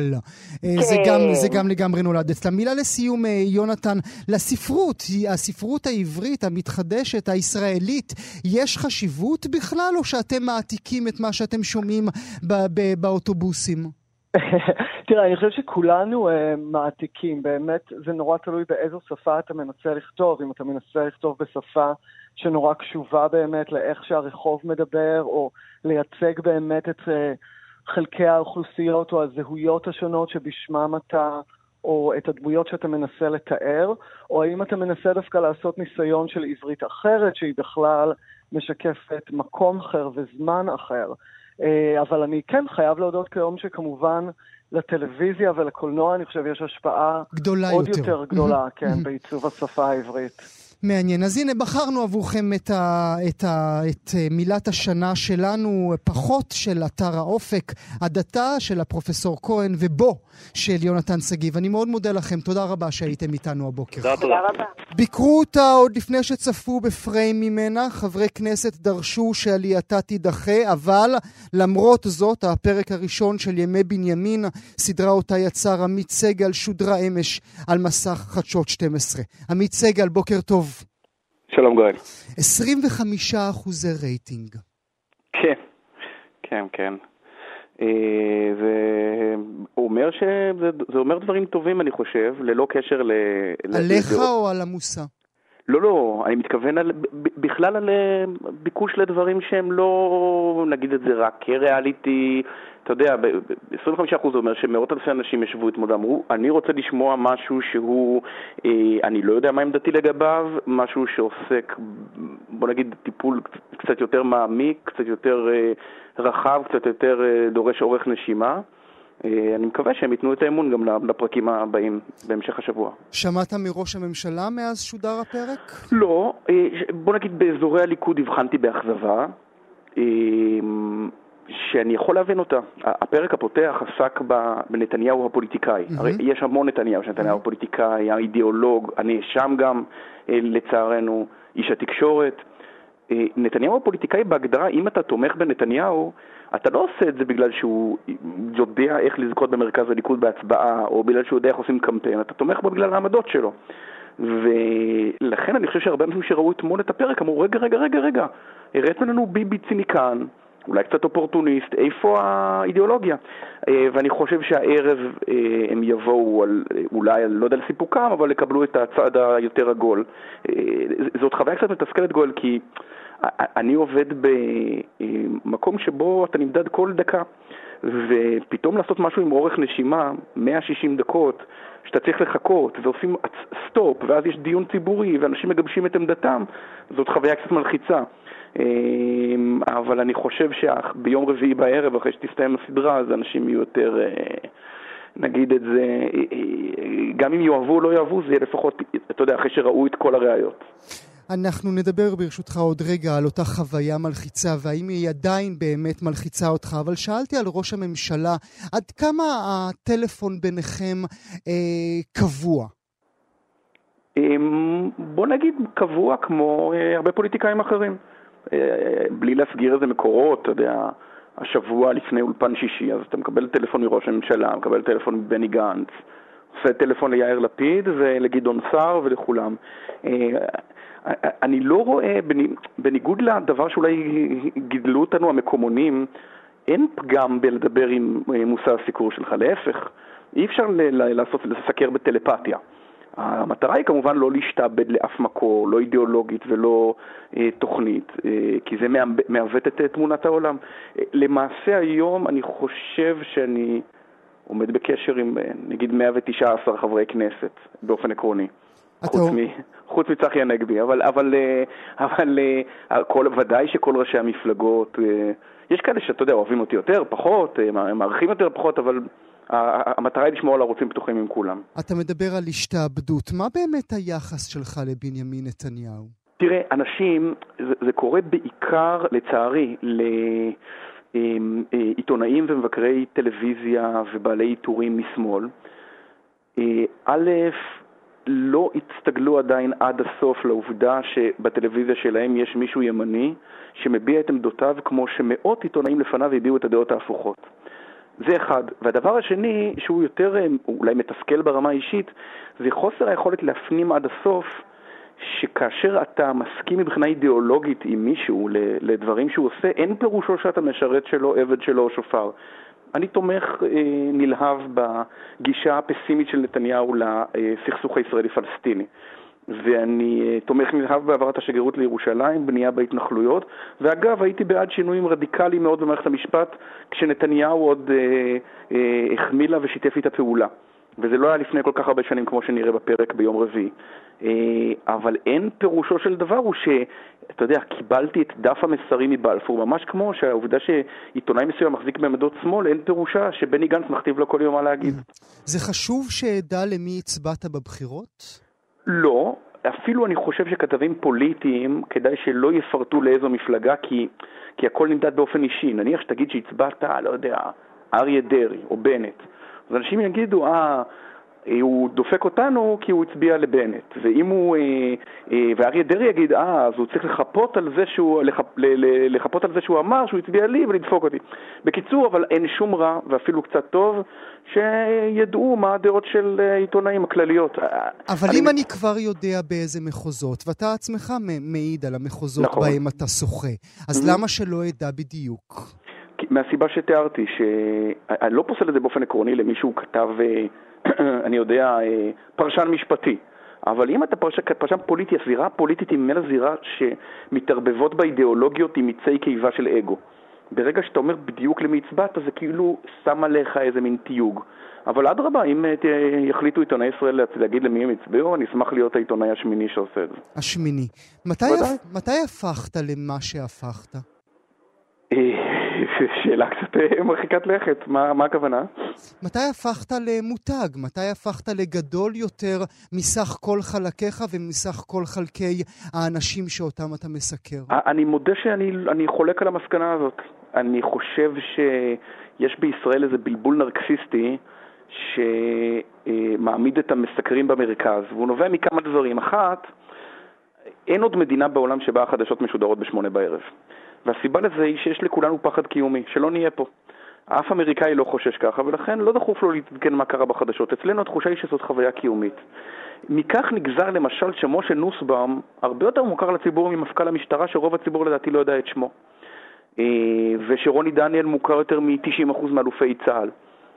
זה גם לגמרי נולד אצלם. מילה לסיום, יונתן, לספרות, הספרות העברית, המתחדשת, הישראלית, יש חשיבות בכלל, או שאתם מעתיקים את מה שאתם שומעים באוטובוסים? תראה, אני חושב שכולנו מעתיקים, באמת זה נורא תלוי באיזו שפה אתה מנסה לכתוב, אם אתה מנסה לכתוב בשפה שנורא קשובה באמת לאיך שהרחוב מדבר, או לייצג באמת את חלקי האוכלוסיות או הזהויות השונות שבשמם אתה, או את הדמויות שאתה מנסה לתאר, או האם אתה מנסה דווקא לעשות ניסיון של עברית אחרת, שהיא בכלל משקפת מקום אחר וזמן אחר. אבל אני כן חייב להודות כיום שכמובן לטלוויזיה ולקולנוע אני חושב יש השפעה עוד יותר גדולה, כן, בעיצוב השפה העברית. מעניין. אז הנה, בחרנו עבורכם את מילת השנה שלנו, פחות של אתר האופק, הדתה של הפרופסור כהן ובו של יונתן סגיב. אני מאוד מודה לכם, תודה רבה שהייתם איתנו הבוקר. תודה רבה. ביקרו אותה עוד לפני שצפו בפריים ממנה, חברי כנסת דרשו שעלייתה תידחה, אבל למרות זאת, הפרק הראשון של ימי בנימין, סדרה אותה יצר עמית סגל, שודרה אמש על מסך חדשות 12. עמית סגל, בוקר טוב. שלום גואל. 25% רייטינג. כן. זה אומר זה אומר דברים טובים, אני חושב, ללא קשר עליך או על המוסה? לא, אני מתכוון בכלל על ביקוש לדברים שהם לא, נגיד את זה רק ריאליטי. אתה יודע, 25% זה אומר שמאות אלפי אנשים ישבו אתמול ואמרו, אני רוצה לשמוע משהו שהוא, אני לא יודע מה עמדתי לגביו, משהו שעוסק, בוא נגיד, טיפול קצת יותר מעמיק, קצת יותר רחב, קצת יותר דורש אורך נשימה. אני מקווה שהם ייתנו את האמון גם לפרקים הבאים בהמשך השבוע. שמעת מראש הממשלה מאז שודר הפרק? לא, בוא נגיד באזורי הליכוד הבחנתי באכזבה, שאני יכול להבין אותה. הפרק הפותח עסק בנתניהו הפוליטיקאי. הרי יש המון נתניהו, שנתניהו הפוליטיקאי, האידיאולוג, הנאשם גם, לצערנו, איש התקשורת. נתניהו הפוליטיקאי בהגדרה, אם אתה תומך בנתניהו, אתה לא עושה את זה בגלל שהוא יודע איך לזכות במרכז הליכוד בהצבעה, או בגלל שהוא יודע איך עושים קמפיין, אתה תומך בו בגלל העמדות שלו. ולכן אני חושב שהרבה אנשים שראו אתמול את הפרק אמרו, רגע, הראית לנו ביבי ציניקן, אולי קצת אופורטוניסט, איפה האידיאולוגיה? ואני חושב שהערב הם יבואו אולי, לא יודע לסיפוקם, אבל יקבלו את הצעד היותר עגול. זאת חוויה קצת מתסכלת גואל, כי אני עובד במקום שבו אתה נמדד כל דקה, ופתאום לעשות משהו עם אורך נשימה, 160 דקות, שאתה צריך לחכות, ועושים סטופ, ואז יש דיון ציבורי, ואנשים מגבשים את עמדתם, זאת חוויה קצת מלחיצה. אבל אני חושב שביום רביעי בערב, אחרי שתסתיים הסדרה, אז אנשים יהיו יותר, נגיד את זה, גם אם יאהבו או לא יאהבו, זה יהיה לפחות, אתה יודע, אחרי שראו את כל הראיות. אנחנו נדבר ברשותך עוד רגע על אותה חוויה מלחיצה, והאם היא עדיין באמת מלחיצה אותך, אבל שאלתי על ראש הממשלה, עד כמה הטלפון ביניכם קבוע? בוא נגיד קבוע כמו הרבה פוליטיקאים אחרים. בלי להסגיר איזה מקורות, אתה יודע, השבוע לפני אולפן שישי, אז אתה מקבל טלפון מראש הממשלה, מקבל טלפון מבני גנץ, עושה טלפון ליאיר לפיד ולגדעון סער ולכולם. אני לא רואה, בניגוד לדבר שאולי גידלו אותנו המקומונים, אין פגם בלדבר עם מושא הסיקור שלך, להפך. אי אפשר לסקר בטלפתיה. המטרה היא כמובן לא להשתעבד לאף מקור, לא אידיאולוגית ולא תוכנית, כי זה מעוות את תמונת העולם. למעשה היום אני חושב שאני עומד בקשר עם נגיד 119 חברי כנסת באופן עקרוני. חוץ מצחי הנגבי, אבל ודאי שכל ראשי המפלגות, יש כאלה שאתה יודע, אוהבים אותי יותר, פחות, מערכים יותר, פחות, אבל המטרה היא לשמור על ערוצים פתוחים עם כולם. אתה מדבר על השתעבדות. מה באמת היחס שלך לבנימין נתניהו? תראה, אנשים, זה קורה בעיקר, לצערי, לעיתונאים ומבקרי טלוויזיה ובעלי עיתורים משמאל. א', לא הצטגלו עדיין עד הסוף לעובדה שבטלוויזיה שלהם יש מישהו ימני שמביע את עמדותיו כמו שמאות עיתונאים לפניו הביעו את הדעות ההפוכות. זה אחד. והדבר השני, שהוא יותר אולי מתסכל ברמה האישית, זה חוסר היכולת להפנים עד הסוף שכאשר אתה מסכים מבחינה אידיאולוגית עם מישהו לדברים שהוא עושה, אין פירושו שאתה משרת שלו, עבד שלו או שופר. אני תומך נלהב בגישה הפסימית של נתניהו לסכסוך הישראלי-פלסטיני. ואני תומך נלהב בעברת השגרירות לירושלים, בנייה בהתנחלויות, ואגב הייתי בעד שינויים רדיקליים מאוד במערכת המשפט, כשנתניהו עוד החמילה ושיתף איתה פעולה. וזה לא היה לפני כל כך הרבה שנים כמו שנראה בפרק ביום רביעי. אבל אין פירושו של דבר הוא שאתה יודע, קיבלתי את דף המסרים מבלפור, ממש כמו שהעובדה שעיתונאי מסוים מחזיק בעמדות שמאל, אין פירושה שבני גנץ מכתיב לו כל יום מה להגיד. זה חשוב שידע למי הצבעת בבחירות? לא, אפילו אני חושב שכתבים פוליטיים כדאי שלא יפרטו לאיזו מפלגה, כי הכל נמדד באופן אישי. נניח שתגיד שהצבעת, לא יודע, אריה דרעי או בנט, אז אנשים יגידו, הוא דופק אותנו כי הוא הצביע לבנט, ואם הוא, ואריה דרעי יגיד, אז הוא צריך לחפות על זה שהוא אמר שהוא הצביע לי ולדפוק אותי. בקיצור, אבל אין שום רע, ואפילו קצת טוב, שידעו מה הדעות של עיתונאים הכלליות. אבל אם אני כבר יודע באיזה מחוזות, ואתה עצמך מעיד על המחוזות בהם אתה שוחה, אז למה שלא ידע בדיוק? מהסיבה שתיארתי, שאני לא פוסל את זה באופן עקרוני למישהו כתב, אני יודע, פרשן משפטי. אבל אם אתה פרשן פוליטי, הזירה הפוליטית היא ממילא זירה שמתערבבות באידיאולוגיות עם מיצי קיבה של אגו. ברגע שאתה אומר בדיוק למי הצבעת, זה כאילו שם עליך איזה מין תיוג. אבל אדרבה, אם יחליטו עיתונאי ישראל להגיד למי הם הצביעו, אני אשמח להיות העיתונאי השמיני שעושה את זה. השמיני. מתי הפכת למה שהפכת? שאלה קצת מרחיקת לכת, מה הכוונה? מתי הפכת למותג? מתי הפכת לגדול יותר מסך כל חלקיך ומסך כל חלקי האנשים שאותם אתה מסקר? אני מודה שאני חולק על המסקנה הזאת. אני חושב שיש בישראל איזה בלבול נרקסיסטי שמעמיד את המסקרים במרכז, והוא נובע מכמה דברים. אחת, אין עוד מדינה בעולם שבה החדשות משודרות ב8 בערב. והסיבה לזה היא שיש לכולנו פחד קיומי, שלא נהיה פה. אף אמריקאי לא חושש ככה, ולכן לא דחוף לו להתעדכן מה קרה בחדשות. אצלנו התחושה היא שזאת חוויה קיומית. מכך נגזר למשל שמשה נוסבאום הרבה יותר מוכר לציבור ממפכ"ל המשטרה, שרוב הציבור לדעתי לא יודע את שמו. ושרוני דניאל מוכר יותר מ-90% מאלופי צה"ל.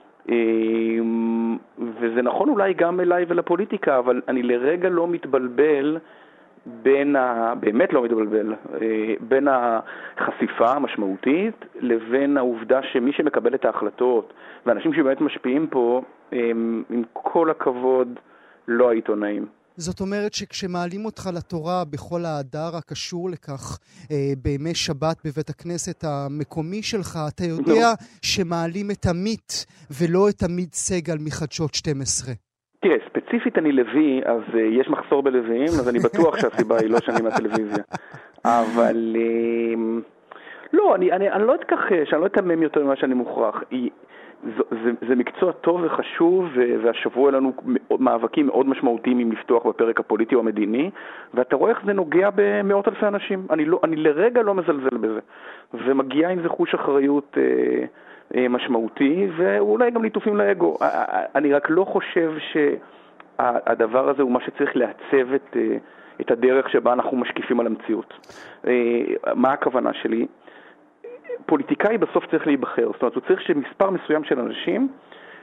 וזה נכון אולי גם אליי ולפוליטיקה, אבל אני לרגע לא מתבלבל באמת לא מתבלבל, בין החשיפה המשמעותית לבין העובדה שמי שמקבל את ההחלטות ואנשים שבאמת משפיעים פה, עם כל הכבוד, לא העיתונאים. זאת אומרת שכשמעלים אותך לתורה בכל ההדר הקשור לכך בימי שבת בבית הכנסת המקומי שלך, אתה יודע שמעלים את עמית ולא את עמית סגל מחדשות 12. תראה, ספציפית אני לוי, אז יש מחסור בלוויים, אז אני בטוח שהסיבה היא לא שאני מהטלוויזיה. אבל לא, אני לא אתכחש, אני לא אתמם יותר ממה שאני מוכרח. זה מקצוע טוב וחשוב, והשבוע לנו מאבקים מאוד משמעותיים עם לפתוח בפרק הפוליטי או המדיני, ואתה רואה איך זה נוגע במאות אלפי אנשים. אני לרגע לא מזלזל בזה, ומגיע עם זה חוש אחריות משמעותי, ואולי גם ליטופים לאגו. אני רק לא חושב שהדבר הזה הוא מה שצריך לעצב את הדרך שבה אנחנו משקיפים על המציאות. מה הכוונה שלי? פוליטיקאי בסוף צריך להיבחר. זאת אומרת, הוא צריך שמספר מסוים של אנשים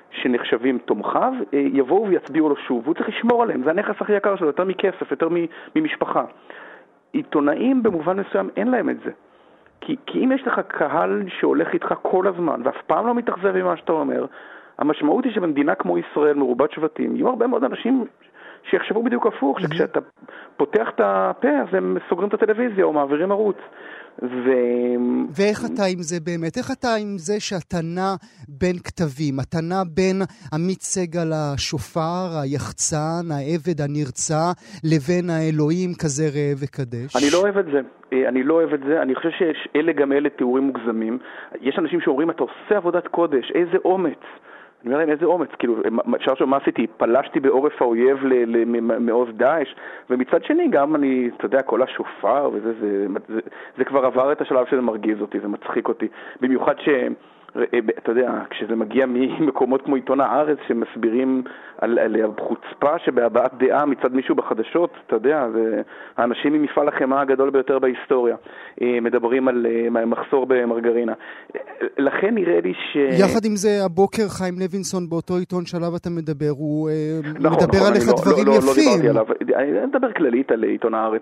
שנחשבים תומכיו, יבואו ויצביעו לו שוב. הוא צריך לשמור עליהם, זה הנכס הכי יקר שלו, יותר מכסף, יותר ממשפחה. עיתונאים במובן מסוים אין להם את זה. כי אם יש לך קהל שהולך איתך כל הזמן, ואף פעם לא מתאכזב ממה שאתה אומר, המשמעות היא שבמדינה כמו ישראל, מרובת שבטים, יהיו הרבה מאוד אנשים שיחשבו בדיוק הפוך, שכשאתה פותח את הפה, אז הם סוגרים את הטלוויזיה או מעבירים ערוץ. ואיך אתה עם זה באמת? איך אתה עם זה שאתה נע בין כתבים? אתה נע בין עמית סגל השופר, היחצן, העבד הנרצע, לבין האלוהים כזה ראה וקדש? אני לא אוהב את זה. אני חושב שאלה גם אלה תיאורים מוגזמים. יש אנשים שאומרים, אתה עושה עבודת קודש, איזה אומץ. אני אומר להם, איזה אומץ, כאילו, מה עשיתי? פלשתי בעורף האויב מעוז דאעש, ומצד שני גם אני, אתה יודע, כל השופר וזה, זה כבר עבר את השלב שזה מרגיז אותי, זה מצחיק אותי, במיוחד אתה יודע, כשזה מגיע ממקומות כמו עיתון הארץ שמסבירים על חוצפה שבהבעת דעה מצד מישהו בחדשות, אתה יודע, האנשים עם מפעל החמאה הגדול ביותר בהיסטוריה מדברים על מחסור במרגרינה. לכן נראה לי יחד עם זה, הבוקר חיים לוינסון באותו עיתון שעליו אתה מדבר, הוא מדבר עליך דברים יפים. לא דיברתי עליו. אני מדבר כללית על עיתון הארץ,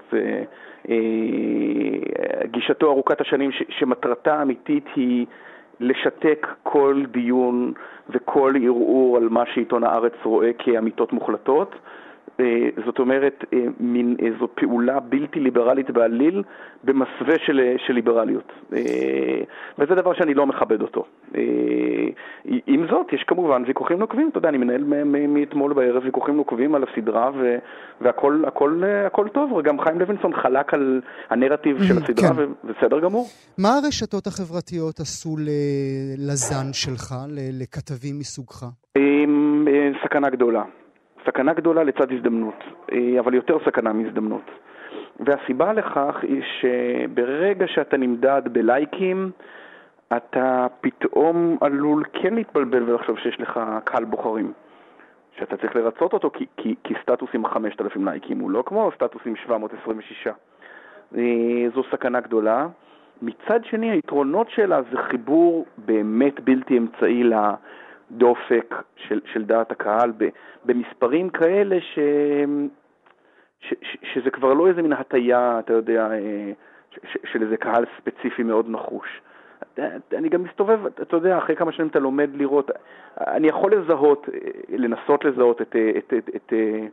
גישתו ארוכת השנים שמטרתה האמיתית היא לשתק כל דיון וכל ערעור על מה שעיתון הארץ רואה כאמיתות מוחלטות. זאת אומרת, מין איזו פעולה בלתי ליברלית בעליל במסווה של ליברליות. וזה דבר שאני לא מכבד אותו. עם זאת, יש כמובן ויכוחים נוקבים. אתה יודע, אני מנהל מאתמול בערב ויכוחים נוקבים על הסדרה, והכל טוב. וגם חיים לוינסון חלק על הנרטיב של הסדרה, ובסדר גמור. מה הרשתות החברתיות עשו לזן שלך, לכתבים מסוגך? סכנה גדולה. סכנה גדולה לצד הזדמנות, אבל יותר סכנה מהזדמנות. והסיבה לכך היא שברגע שאתה נמדד בלייקים, אתה פתאום עלול כן להתבלבל ולחשוב שיש לך קהל בוחרים. שאתה צריך לרצות אותו כי סטטוס עם 5,000 לייקים הוא לא כמו סטטוס עם 726. זו סכנה גדולה. מצד שני, היתרונות שלה זה חיבור באמת בלתי אמצעי דופק של דעת הקהל במספרים כאלה שזה כבר לא איזה מן הטיה, אתה יודע, של איזה קהל ספציפי מאוד נחוש. אני גם מסתובב, אתה יודע, אחרי כמה שנים אתה לומד לראות, אני יכול לנסות לזהות את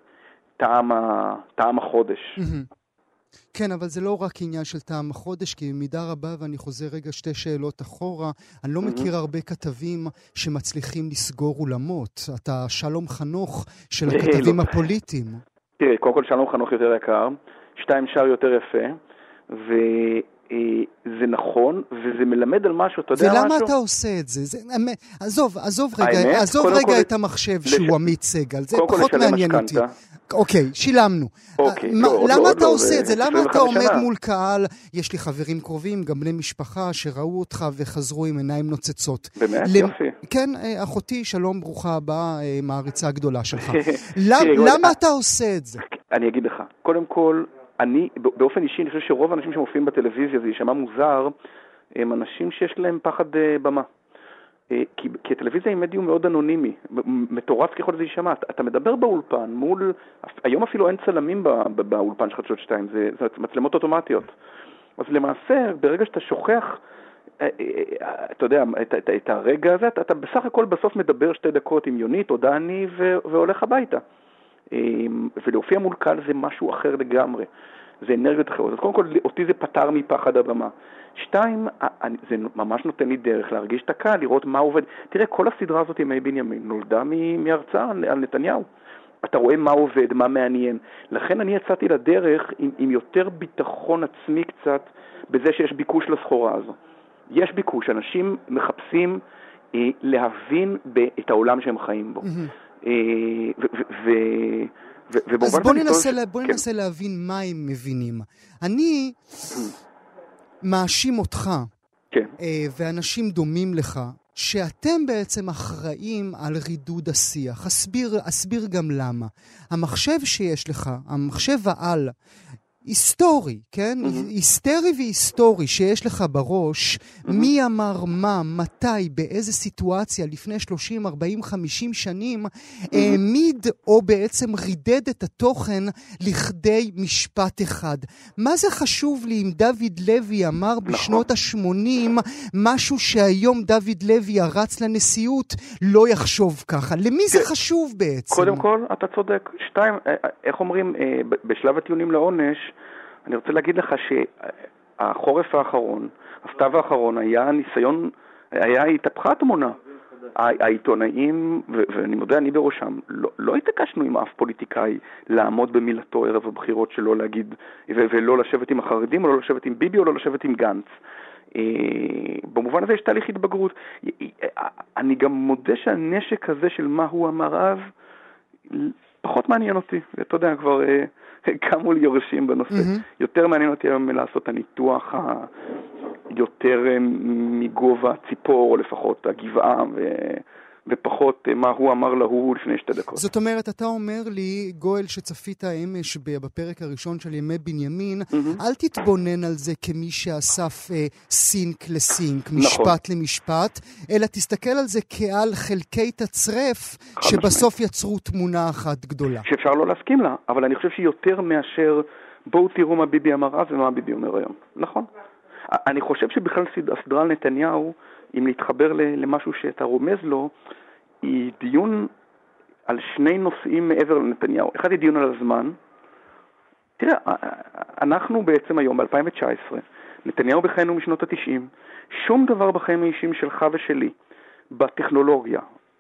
טעם החודש. כן, אבל זה לא רק עניין של טעם החודש, כי במידה רבה, ואני חוזר רגע 2 שאלות אחורה, אני לא מכיר הרבה כתבים שמצליחים לסגור אולמות. אתה שלום חנוך של הכתבים הפוליטיים. תראה, קודם כל שלום חנוך יותר יקר, 2 שר יותר יפה, זה נכון, וזה מלמד על משהו, אתה יודע משהו? ולמה אתה עושה את זה? עזוב רגע את המחשב שהוא עמית סגל, זה פחות מעניין אותי. אוקיי, שילמנו. למה אתה עושה את זה? למה אתה עומד מול קהל? יש לי חברים קרובים, גם בני משפחה, שראו אותך וחזרו עם עיניים נוצצות. באמת? יופי. כן, אחותי, שלום, ברוכה הבאה, מעריצה הגדולה שלך. למה אתה עושה את זה? אני אגיד לך, קודם כל, אני, באופן אישי, אני חושב שרוב האנשים שמופיעים בטלוויזיה, זה יישמע מוזר, הם אנשים שיש להם פחד במה. כי הטלוויזיה היא מדיום מאוד אנונימי, מטורף ככל זה יישמע. אתה מדבר באולפן מול, היום אפילו אין צלמים באולפן של חדשות 2, זה מצלמות אוטומטיות. אז למעשה, ברגע שאתה שוכח, אתה יודע, את הרגע הזה, אתה בסך הכל בסוף מדבר 2 דקות עם יונית או דני והולך הביתה. ולהופיע מול קהל זה משהו אחר לגמרי. זה אנרגיות אחרות. אז קודם כל, אותי זה פתר מפחד הבמה. 2, זה ממש נותן לי דרך להרגיש את הקהל, לראות מה עובד. תראה, כל הסדרה הזאת ימי בנימין נולדה מהרצאה על נתניהו. אתה רואה מה עובד, מה מעניין. לכן אני יצאתי לדרך עם יותר ביטחון עצמי קצת, בזה שיש ביקוש לסחורה הזו. יש ביקוש, אנשים מחפשים להבין את העולם שהם חיים בו. אז בוא ננסה להבין מה הם מבינים. אני מאשים אותך, ואנשים דומים לך, שאתם בעצם אחראים על רידוד השיח. אסביר גם למה. המחשב שיש לך, המחשב העל, היסטורי, כן? היסטרי והיסטורי שיש לך בראש, מי אמר מה, מתי, באיזה סיטואציה, לפני 30, 40, 50 שנים, העמיד או בעצם רידד את התוכן לכדי משפט אחד. מה זה חשוב לי אם דוד לוי אמר בשנות ה-80 משהו שהיום דוד לוי הרץ לנשיאות לא יחשוב ככה? למי זה חשוב בעצם? קודם כל, אתה צודק. שתיים, איך אומרים, בשלב הטיעונים לעונש, אני רוצה להגיד לך שהחורף האחרון, הסתיו האחרון, היה ניסיון, היה התהפכה התמונה. העיתונאים, ואני מודה, אני בראשם, לא התעקשנו עם אף פוליטיקאי לעמוד במילתו ערב הבחירות שלא להגיד, ולא לשבת עם החרדים, או לא לשבת עם ביבי, או לא לשבת עם גנץ. במובן הזה יש תהליך התבגרות. אני גם מודה שהנשק הזה של מה הוא אמר אז, פחות מעניין אותי. אתה יודע, כבר קמו לי יורשים בנושא. יותר מעניין אותי היום לעשות הניתוח יותר מגובה הציפור, או לפחות הגבעה, ופחות מה הוא אמר להוא לפני 2 דקות. זאת אומרת, אתה אומר לי, גואל, שצפית אמש בפרק הראשון של ימי בנימין, אל תתבונן על זה כמי שאסף סינק לסינק, משפט למשפט, אלא תסתכל על זה כעל חלקי תצרף, שבסוף יצרו תמונה אחת גדולה. שאפשר לא להסכים לה, אבל אני חושב שיותר מאשר, בואו תראו מה ביבי אמר אז ומה ביבי אומר היום. נכון? אני חושב שבכלל הסדרה על נתניהו, אם להתחבר למשהו שאתה רומז לו, היא דיון על 2 נושאים מעבר לנתניהו. אחד היא דיון על הזמן. תראה, אנחנו בעצם היום, ב-2019, נתניהו בחיינו משנות ה-90, שום דבר בחיים האישיים שלך ושלי, בטכנולוגיה,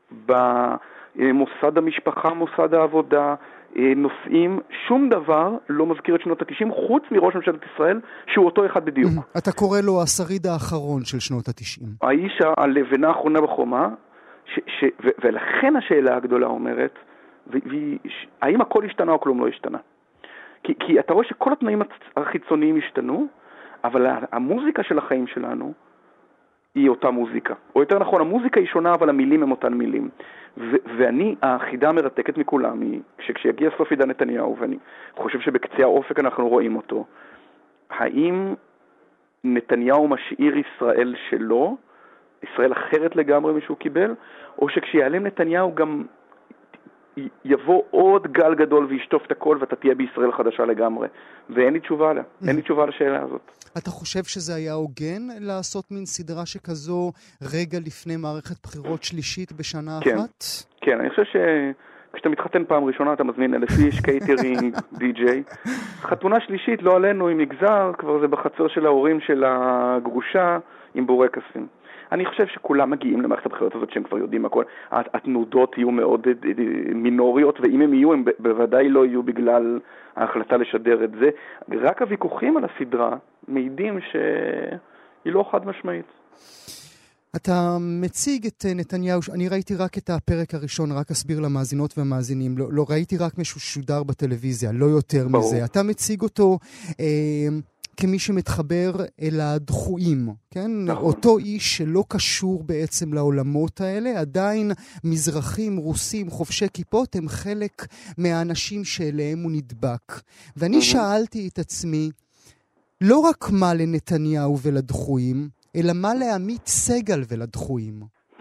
במוסד המשפחה, מוסד העבודה, נושאים, שום דבר לא מזכיר את שנות ה-90, חוץ מראש ממשלת ישראל, שהוא אותו אחד בדיוק. אתה קורא לו השריד האחרון של שנות ה-90. האיש הלבנה האחרונה בחומה, ולכן השאלה הגדולה אומרת, האם הכל השתנה או כלום לא השתנה? כי אתה רואה שכל התנאים החיצוניים השתנו, אבל המוזיקה של החיים שלנו היא אותה מוזיקה. או יותר נכון, המוזיקה היא שונה, אבל המילים הם אותן מילים. ואני, החידה המרתקת מכולם היא, כשיגיע סוף עידן נתניהו, ואני חושב שבקצה האופק אנחנו רואים אותו, האם נתניהו משאיר ישראל שלו, ישראל אחרת לגמרי משהו קיבל, או שכשיעלם נתניהו גם יבוא עוד גל גדול וישטוף את הכל ואתה תהיה בישראל חדשה לגמרי. ואין לי תשובה עליה. אין לי תשובה לשאלה הזאת. אתה חושב שזה היה הוגן לעשות מין סדרה שכזו רגע לפני מערכת בחירות שלישית בשנה אחת? כן, אני חושב כשאתה מתחתן פעם ראשונה אתה מזמין 1,000 איש, קייטרינג, די-ג'יי. חתונה שלישית לא עלינו עם מגזר, כבר זה בחצר של ההורים של הגרושה עם בורקסים. אני חושב שכולם מגיעים למערכת הבחירות הזאת שהם כבר יודעים הכל. התנודות יהיו מאוד מינוריות, ואם הם יהיו, הם בוודאי לא יהיו בגלל ההחלטה לשדר את זה. רק הוויכוחים על הסדרה מעידים שהיא לא חד משמעית. אתה מציג את נתניהו, אני ראיתי רק את הפרק הראשון, רק אסביר למאזינות והמאזינים, לא ראיתי רק משהו שודר בטלוויזיה, לא יותר מזה. אתה מציג אותו כמי שמתחבר אל הדחויים, כן? אותו איש שלא קשור בעצם לעולמות האלה, עדיין מזרחים, רוסים, חובשי כיפות, הם חלק מהאנשים שאליהם הוא נדבק. ואני שאלתי את עצמי, לא רק מה לנתניהו ולדחויים, אלא מה לעמית סגל ולדחויים?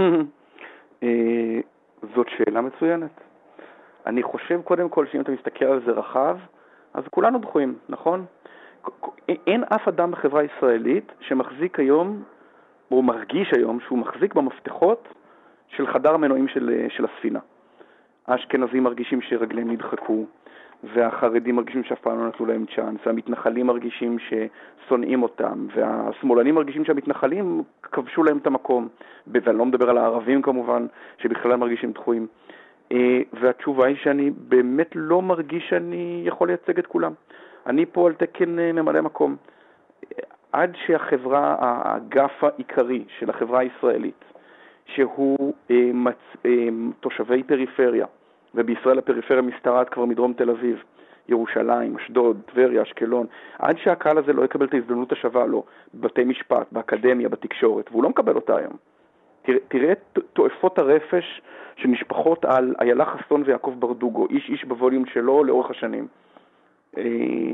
זאת שאלה מצוינת. אני חושב קודם כל שאם אתה מסתכל על זה רחב, אז כולנו דחויים, נכון? אין אף אדם בחברה הישראלית שמחזיק היום, או מרגיש היום, שהוא מחזיק במפתחות של חדר המנועים של הספינה. האשכנזים מרגישים שרגליהם נדחקו, והחרדים מרגישים שאף פעם לא נתנו להם צ'אנס, והמתנחלים מרגישים ששונאים אותם, והשמאלנים מרגישים שהמתנחלים כבשו להם את המקום, ואני לא מדבר על הערבים כמובן, שבכלל מרגישים דחויים. והתשובה היא שאני באמת לא מרגיש שאני יכול לייצג את כולם. אני פה על תקן ממלא מקום. עד שהחברה, האגף העיקרי של החברה הישראלית, שהוא תושבי פריפריה, ובישראל הפריפריה משתרעת כבר מדרום תל אביב, ירושלים, אשדוד, טבריה, אשקלון, עד שהקהל הזה לא יקבל את ההזדמנות השווה לו, בבתי משפט, באקדמיה, בתקשורת, והוא לא מקבל אותה היום. תראה תועפות הרפש שנשפחות על איילה חסון ויעקב ברדוגו, איש בווליום שלו לאורך השנים.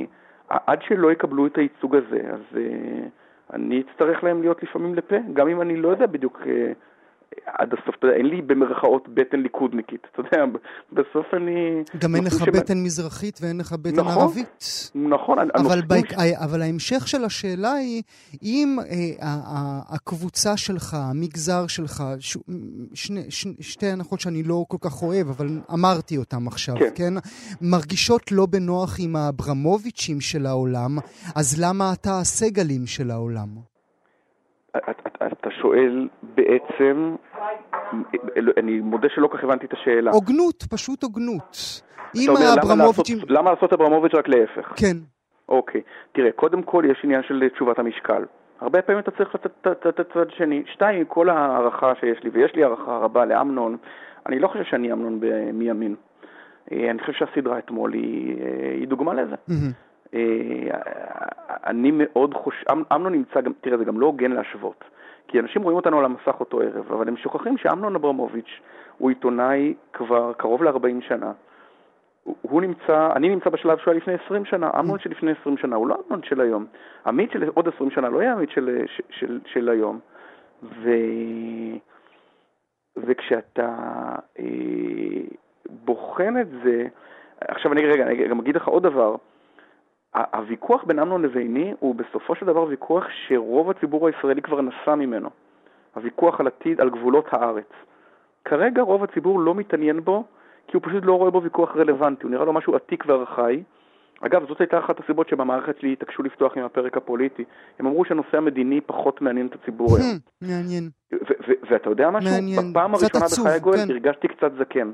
עד שלא יקבלו את הייצוג הזה, אז אני אצטרך להם להיות לפעמים לפה, גם אם אני לא יודע בדיוק עד הסוף, אין לי במרכאות בטן ליכודניקית, אתה יודע, בסוף אני... גם אין לך בטן מזרחית ואין לך בטן ערבית. נכון. אבל ההמשך של השאלה היא, אם הקבוצה שלך, המגזר שלך, שתי הנחות שאני לא כל כך אוהב, אבל אמרתי אותם עכשיו, כן? מרגישות לא בנוח עם האברמוביצ'ים של העולם, אז למה אתה הסגלים של העולם? אתה שואל בעצם, אני מודה שלא כך הבנתי את השאלה. הוגנות, פשוט הוגנות. אתה אומר, למה לעשות אברמוביץ' רק להפך? כן. אוקיי. תראה, קודם כל יש עניין של תשובת המשקל. הרבה פעמים אתה צריך לתת צד שני. שתיים, כל הערכה שיש לי, ויש לי הערכה רבה לאמנון, אני לא חושב שאני אמנון מימין. אני חושב שהסדרה אתמול היא דוגמה לזה. אני מאוד חושב, אמנון נמצא, תראה, זה גם לא הוגן להשוות, כי אנשים רואים אותנו על המסך אותו ערב, אבל הם שוכחים שאמנון אברמוביץ' הוא עיתונאי כבר קרוב ל-40 שנה. אני נמצא בשלב שהוא היה לפני 20 שנה, אמנון של לפני 20 שנה, הוא לא אמנון של היום. עמית של עוד 20 שנה לא היה עמית של היום. וכשאתה בוחן את זה, עכשיו אני גם אגיד לך עוד דבר, הוויכוח בין אמנון לביני הוא בסופו של דבר ויכוח שרוב הציבור הישראלי כבר נסע ממנו. הוויכוח על עתיד, על גבולות הארץ. כרגע רוב הציבור לא מתעניין בו, כי הוא פשוט לא רואה בו ויכוח רלוונטי. הוא נראה לו משהו עתיק וארכאי. אגב, זאת הייתה אחת הסיבות שבמערכת שלי התעקשו לפתוח עם הפרק הפוליטי. הם אמרו שהנושא המדיני פחות מעניין את הציבור היום. מעניין. ואתה יודע משהו? מעניין. בפעם הראשונה בחיי גואל הרגשתי קצת זקן.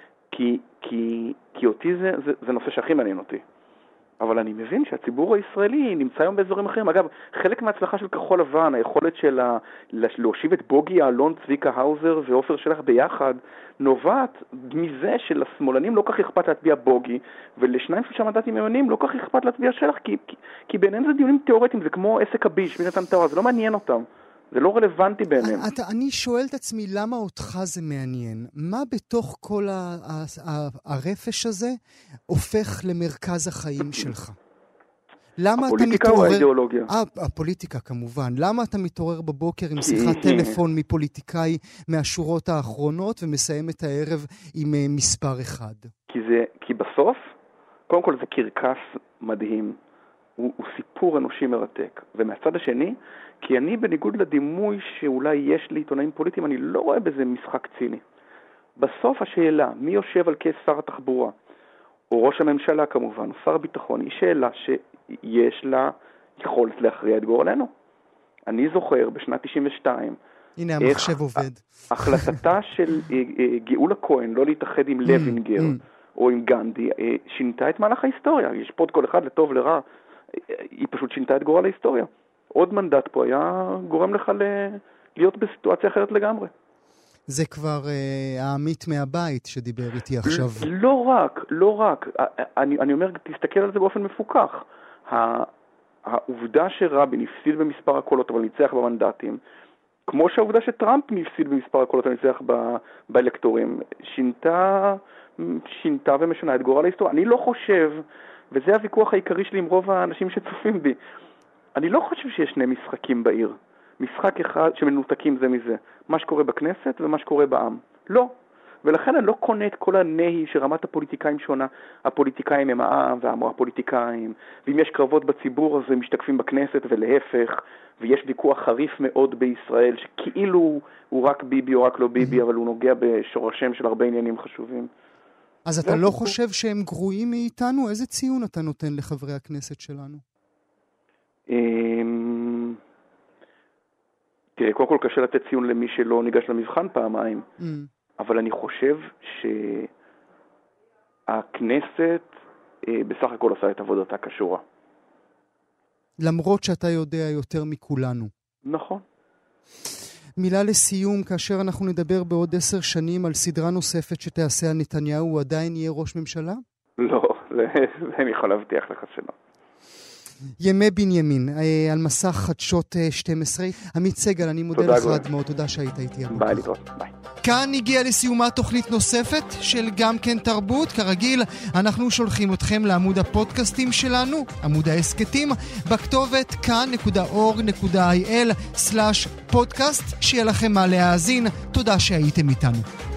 כי אותי זה נושא שהכי מעניין אותי. אבל אני מבין שהציבור הישראלי נמצא היום באזורים אחרים. אגב, חלק מההצלחה של כחול לבן, היכולת שלה להושיב את בוגי, אלון, צביקה האוזר ואופר שלח ביחד, נובעת מזה שלשמאלנים לא כך אכפת להטביע בוגי, ולשניים-שלושה מנדטים ימניים לא כך אכפת להטביע שלח, כי ביניהם זה דיונים תיאורטיים, זה כמו עסק הביש, מי נתן תאורה, זה לא מעניין אותם. זה לא רלוונטי ביניהם. אני שואל את עצמי, למה אותך זה מעניין? מה בתוך כל הרפש הזה הופך למרכז החיים שלך? הפוליטיקה או האידיאולוגיה? הפוליטיקה כמובן. למה אתה מתעורר בבוקר עם שיחת טלפון מפוליטיקאי מהשורות האחרונות ומסיים את הערב עם מספר אחד? כי בסוף, קודם כל זה קרקס מדהים. הוא סיפור אנושי מרתק. ומהצד השני, כי אני בניגוד לדימוי שאולי יש לי עיתונאים פוליטיים, אני לא רואה בזה משחק ציני. בסוף השאלה, מי יושב על כס שר התחבורה, או ראש הממשלה כמובן, או שר הביטחון, היא שאלה שיש לה יכולת להכריע את גורלנו. אני זוכר בשנת 92, הנה המחשב עובד. החלטתה של גאולה כהן לא להתאחד עם לוינגר או עם גנדי, שינתה את מהלך ההיסטוריה. יש פה את כל אחד לטוב לרע, היא פשוט שינתה את גורל ההיסטוריה. עוד מנדט פה היה גורם לך להיות בסיטואציה אחרת לגמרי. זה כבר העמית מהבית שדיבר איתי עכשיו. לא רק. אני אומר, תסתכל על זה באופן מפוקח. העובדה שרבין הפסיד במספר הקולות אבל ניצח במנדטים, כמו שהעובדה שטראמפ הפסיד במספר הקולות אבל ניצח באלקטורים, שינתה ומשנה את גורל ההיסטוריה. אני לא חושב, וזה הוויכוח העיקרי שלי עם רוב האנשים שצופים בי, אני לא חושב שיש שני משחקים בעיר. משחק אחד שמנותקים זה מזה. מה שקורה בכנסת ומה שקורה בעם. לא. ולכן אני לא קונה את כל הנהי שרמת הפוליטיקאים שונה. הפוליטיקאים הם העם והעם הוא הפוליטיקאים. ואם יש קרבות בציבור אז הם משתקפים בכנסת ולהפך. ויש ויכוח חריף מאוד בישראל שכאילו הוא רק ביבי או רק לא ביבי, אבל הוא נוגע בשורשם של הרבה עניינים חשובים. אז אתה לא חושב שהם גרועים מאיתנו? איזה ציון אתה נותן לחברי הכנסת שלנו? תראה, קודם כל קשה לתת ציון למי שלא ניגש למבחן פעמיים, אבל אני חושב שהכנסת בסך הכל עושה את עבודתה כשורה. למרות שאתה יודע יותר מכולנו. נכון. מילה לסיום, כאשר אנחנו נדבר בעוד 10 שנים על סדרה נוספת שתעשה על נתניהו, הוא עדיין יהיה ראש ממשלה? לא, זה אני יכול להבטיח לך שלא. ימי בנימין, על מסך חדשות 12. עמית סגל, אני מודה לך עד מאוד, תודה שהיית איתי. ביי להתראות, ביי. כאן הגיעה לסיומה תוכנית נוספת של גם כן תרבות. כרגיל, אנחנו שולחים אתכם לעמוד הפודקאסטים שלנו, עמוד העסקתים, בכתובת כאן.org.il/פודקאסט. שיהיה לכם מה להאזין. תודה שהייתם איתנו.